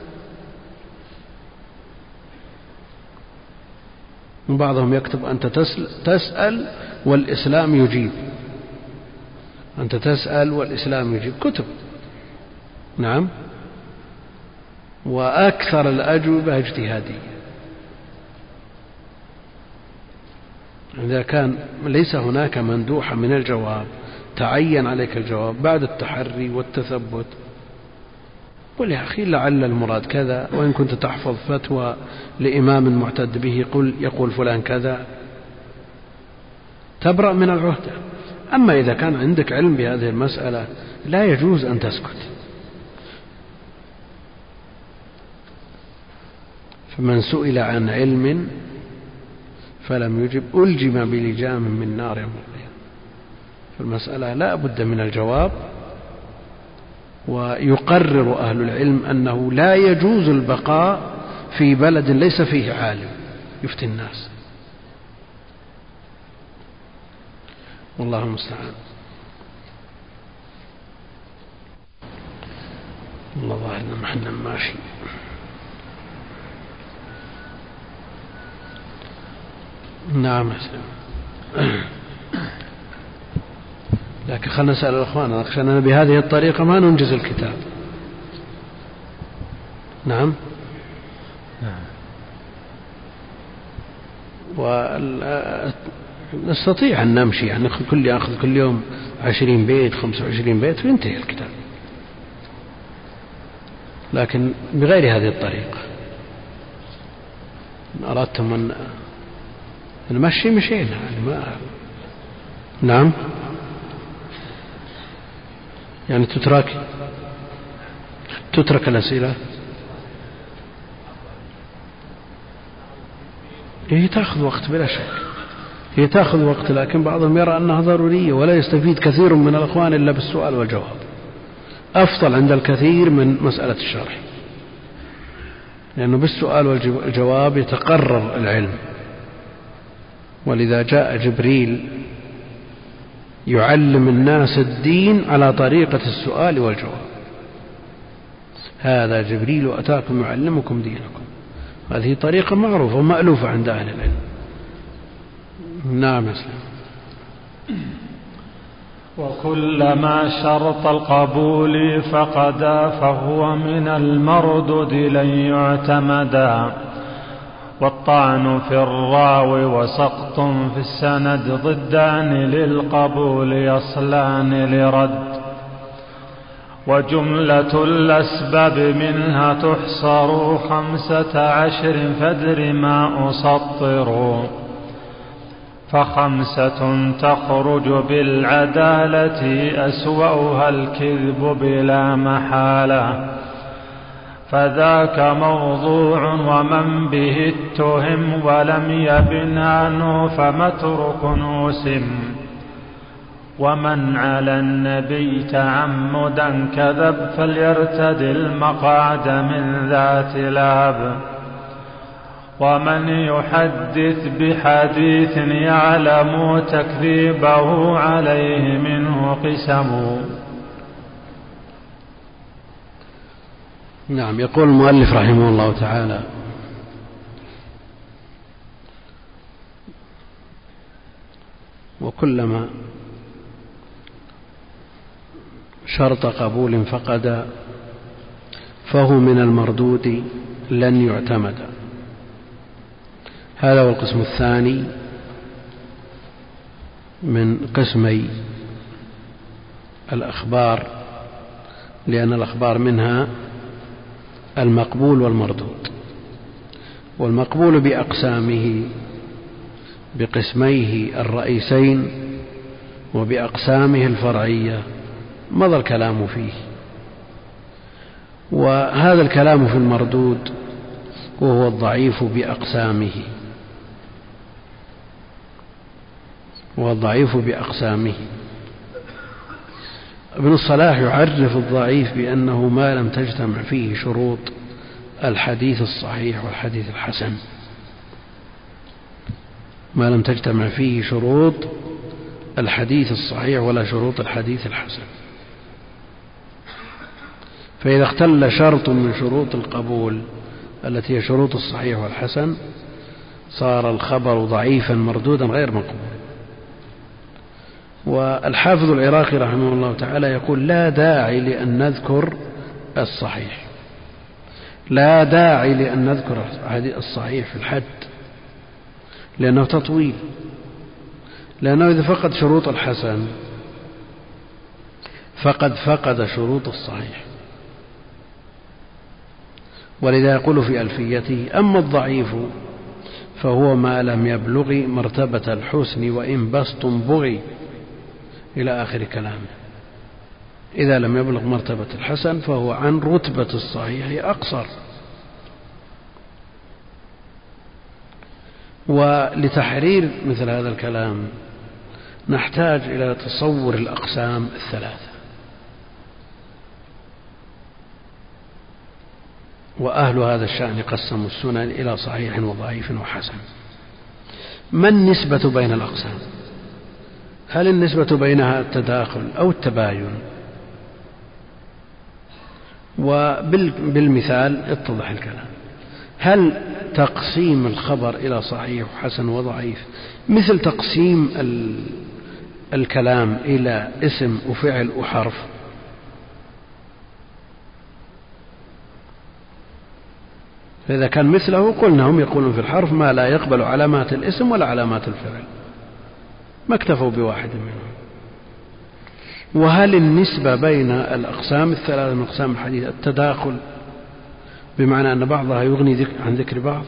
بعضهم يكتب أنت تسأل والإسلام يجيب، أنت تسأل والإسلام يجيب، كتب. نعم. وأكثر الأجوبة اجتهادية. إذا كان ليس هناك مندوحة من الجواب تعين عليك الجواب بعد التحري والتثبت، قل يا أخي لعل المراد كذا، وإن كنت تحفظ فتوى لإمام معتد به قل يقول فلان كذا، تبرأ من العهدة. أما إذا كان عندك علم بهذه المسألة لا يجوز أن تسكت. فمن سئل عن علم فلم يجب ألجم بلجام من نار يوم القيامة. فالمسألة لا بد من الجواب. ويقرر أهل العلم أنه لا يجوز البقاء في بلد ليس فيه عالم يفتي الناس، والله المستعان. الله ظاهر إننا احنا ماشي. نعم يا سلام. لكن خلنا نسأل الأخوان، أخشى أننا بهذه الطريقة ما ننجز الكتاب. نعم. ونستطيع أن نمشي، يعني كل يأخذ كل يوم عشرين بيت خمسة وعشرين بيت وينتهي الكتاب، لكن بغير هذه الطريقة. إن أردتم أن نمشي مشينا يعني ما. نعم. يعني تترك تترك الأسئلة. هي تأخذ وقت بلا شك، هي تأخذ وقت، لكن بعضهم يرى أنها ضرورية ولا يستفيد كثير من الأخوان إلا بالسؤال والجواب. أفضل عند الكثير من مسألة الشرح، لأنه بالسؤال والجواب يتقرر العلم. ولذا جاء جبريل يعلم الناس الدين على طريقة السؤال والجواب. هذا جبريل أتاكم يعلمكم دينكم. هذه طريقة معروفة ومألوفة عند أهل العلم. نعم يسلم. وكلما شرط القبول فقدا فهو من المردود لن يعتمدا. والطعن في الراوي وسقط في السند ضدان للقبول يصلان لرد. وجملة الأسباب منها تحصر خمسة عشر فادر ما أسطر. فخمسة تخرج بالعدالة أسوأها الكذب بلا محالة. فذاك موضوع ومن به اتهم ولم يبن عنه فمترك وسم. ومن على النبي تعمدا كذب فليرتد المقعد من ذات لهب. ومن يحدث بحديث يعلم تكذيبه عليه منه قسم. نعم. يقول المؤلف رحمه الله تعالى: وكلما شرط قبول فقد فهو من المردود لن يعتمد. هذا هو القسم الثاني من قسمي الأخبار، لأن الأخبار منها المقبول والمردود. والمقبول بأقسامه بقسميه الرئيسين وبأقسامه الفرعية مضى الكلام فيه. وهذا الكلام في المردود وهو الضعيف بأقسامه، والضعيف بأقسامه. ابن الصلاح يعرف الضعيف بأنه ما لم تجتمع فيه شروط الحديث الصحيح والحديث الحسن، ما لم تجتمع فيه شروط الحديث الصحيح ولا شروط الحديث الحسن. فإذا اختل شرط من شروط القبول التي هي شروط الصحيح والحسن صار الخبر ضعيفا مردودا غير مقبول. والحافظ العراقي رحمه الله تعالى يقول: لا داعي لأن نذكر الصحيح، لا داعي لأن نذكر الصحيح في الحد، لأنه تطويل، لأنه إذا فقد شروط الحسن فقد فقد شروط الصحيح. ولذا يقول في ألفيته: أما الضعيف فهو ما لم يبلغ مرتبة الحسن وإن بسط بغي، إلى آخر كلامه. إذا لم يبلغ مرتبة الحسن فهو عن رتبة الصحيح أقصر. ولتحرير مثل هذا الكلام نحتاج إلى تصور الأقسام الثلاثة. وأهل هذا الشأن قسموا السنن إلى صحيح وضعيف وحسن. ما النسبة بين الأقسام؟ هل النسبة بينها التداخل أو التباين؟ وبالمثال اتضح الكلام. هل تقسيم الخبر إلى صحيح وحسن وضعيف مثل تقسيم الكلام إلى اسم وفعل وحرف؟ فإذا كان مثله قلنا هم يقولون في الحرف ما لا يقبل علامات الاسم ولا علامات الفعل، ما اكتفوا بواحد منهم. وهل النسبة بين الأقسام الثلاثة من أقسام الحديث التداخل، بمعنى أن بعضها يغني عن ذكر بعض؟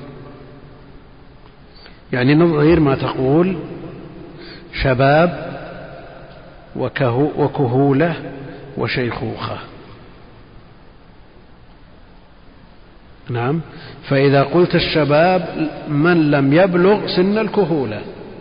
يعني نظير ما تقول شباب وكهولة وشيخوخة. نعم، فإذا قلت الشباب من لم يبلغ سن الكهولة،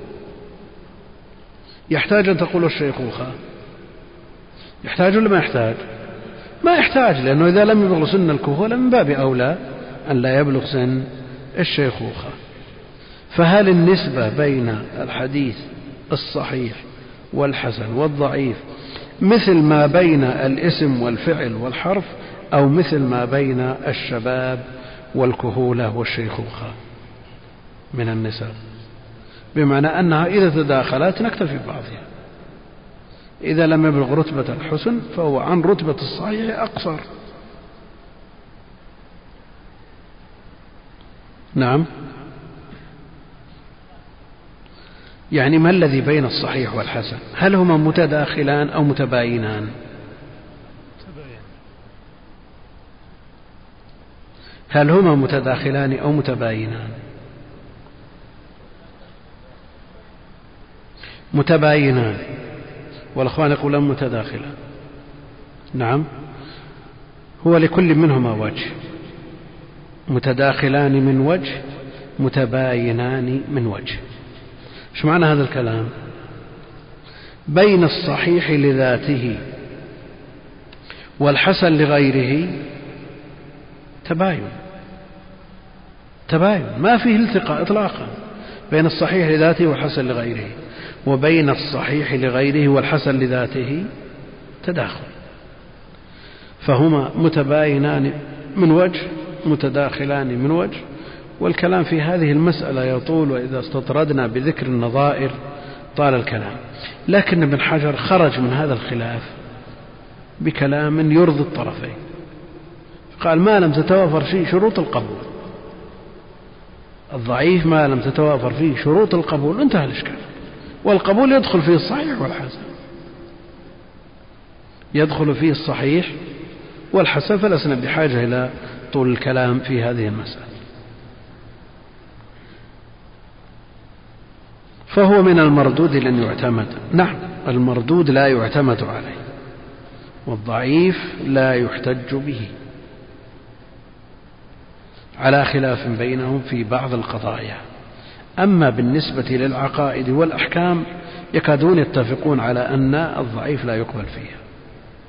يحتاج أن تقول الشيخوخة؟ يحتاج ولا ما يحتاج؟ ما يحتاج، لأنه إذا لم يبلغ سن الكهولة من باب أولى أن لا يبلغ سن الشيخوخة. فهل النسبة بين الحديث الصحيح والحسن والضعيف مثل ما بين الاسم والفعل والحرف، أو مثل ما بين الشباب والكهولة والشيخوخة من النسب؟ بمعنى أنها إذا تداخلت نكتفي ببعضها. إذا لم يبلغ رتبة الحسن فهو عن رتبة الصحيح أقصر. نعم، يعني ما الذي بين الصحيح والحسن؟ هل هما متداخلان أو متباينان؟ هل هما متداخلان أو متباينان؟ متباينان، والأخوان يقولون متداخلان. نعم، هو لكل منهما وجه، متداخلان من وجه، متباينان من وجه. ايش معنى هذا الكلام؟ بين الصحيح لذاته والحسن لغيره تباين، تباين ما فيه التقاء إطلاقا بين الصحيح لذاته والحسن لغيره، وبين الصحيح لغيره والحسن لذاته تداخل. فهما متباينان من وجه، متداخلان من وجه. والكلام في هذه المسألة يطول، وإذا استطردنا بذكر النظائر طال الكلام. لكن ابن حجر خرج من هذا الخلاف بكلام يرضي الطرفين، قال: ما لم تتوافر فيه شروط القبول، الضعيف ما لم تتوافر فيه شروط القبول انتهى الإشكال. والقبول يدخل فيه الصحيح والحسن، يدخل فيه الصحيح والحسن، فلسنا بحاجة إلى طول الكلام في هذه المسألة. فهو من المردود لن يعتمد. نعم، المردود لا يعتمد عليه، والضعيف لا يحتج به، على خلاف بينهم في بعض القضايا. أما بالنسبة للعقائد والأحكام يكادون يتفقون على أن الضعيف لا يقبل فيها.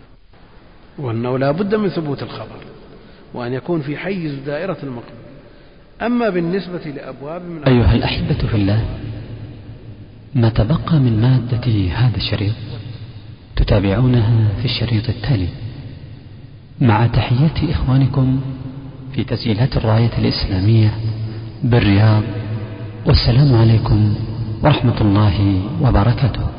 وأنه لا بد من ثبوت الخبر وأن يكون في حيز دائرة المقبول. أما بالنسبة لأبواب من أيها الأحبة في الله، ما تبقى من مادة هذا الشريط تتابعونها في الشريط التالي، مع تحيات إخوانكم في تسجيلات الراية الإسلامية بالرياض، والسلام عليكم ورحمة الله وبركاته.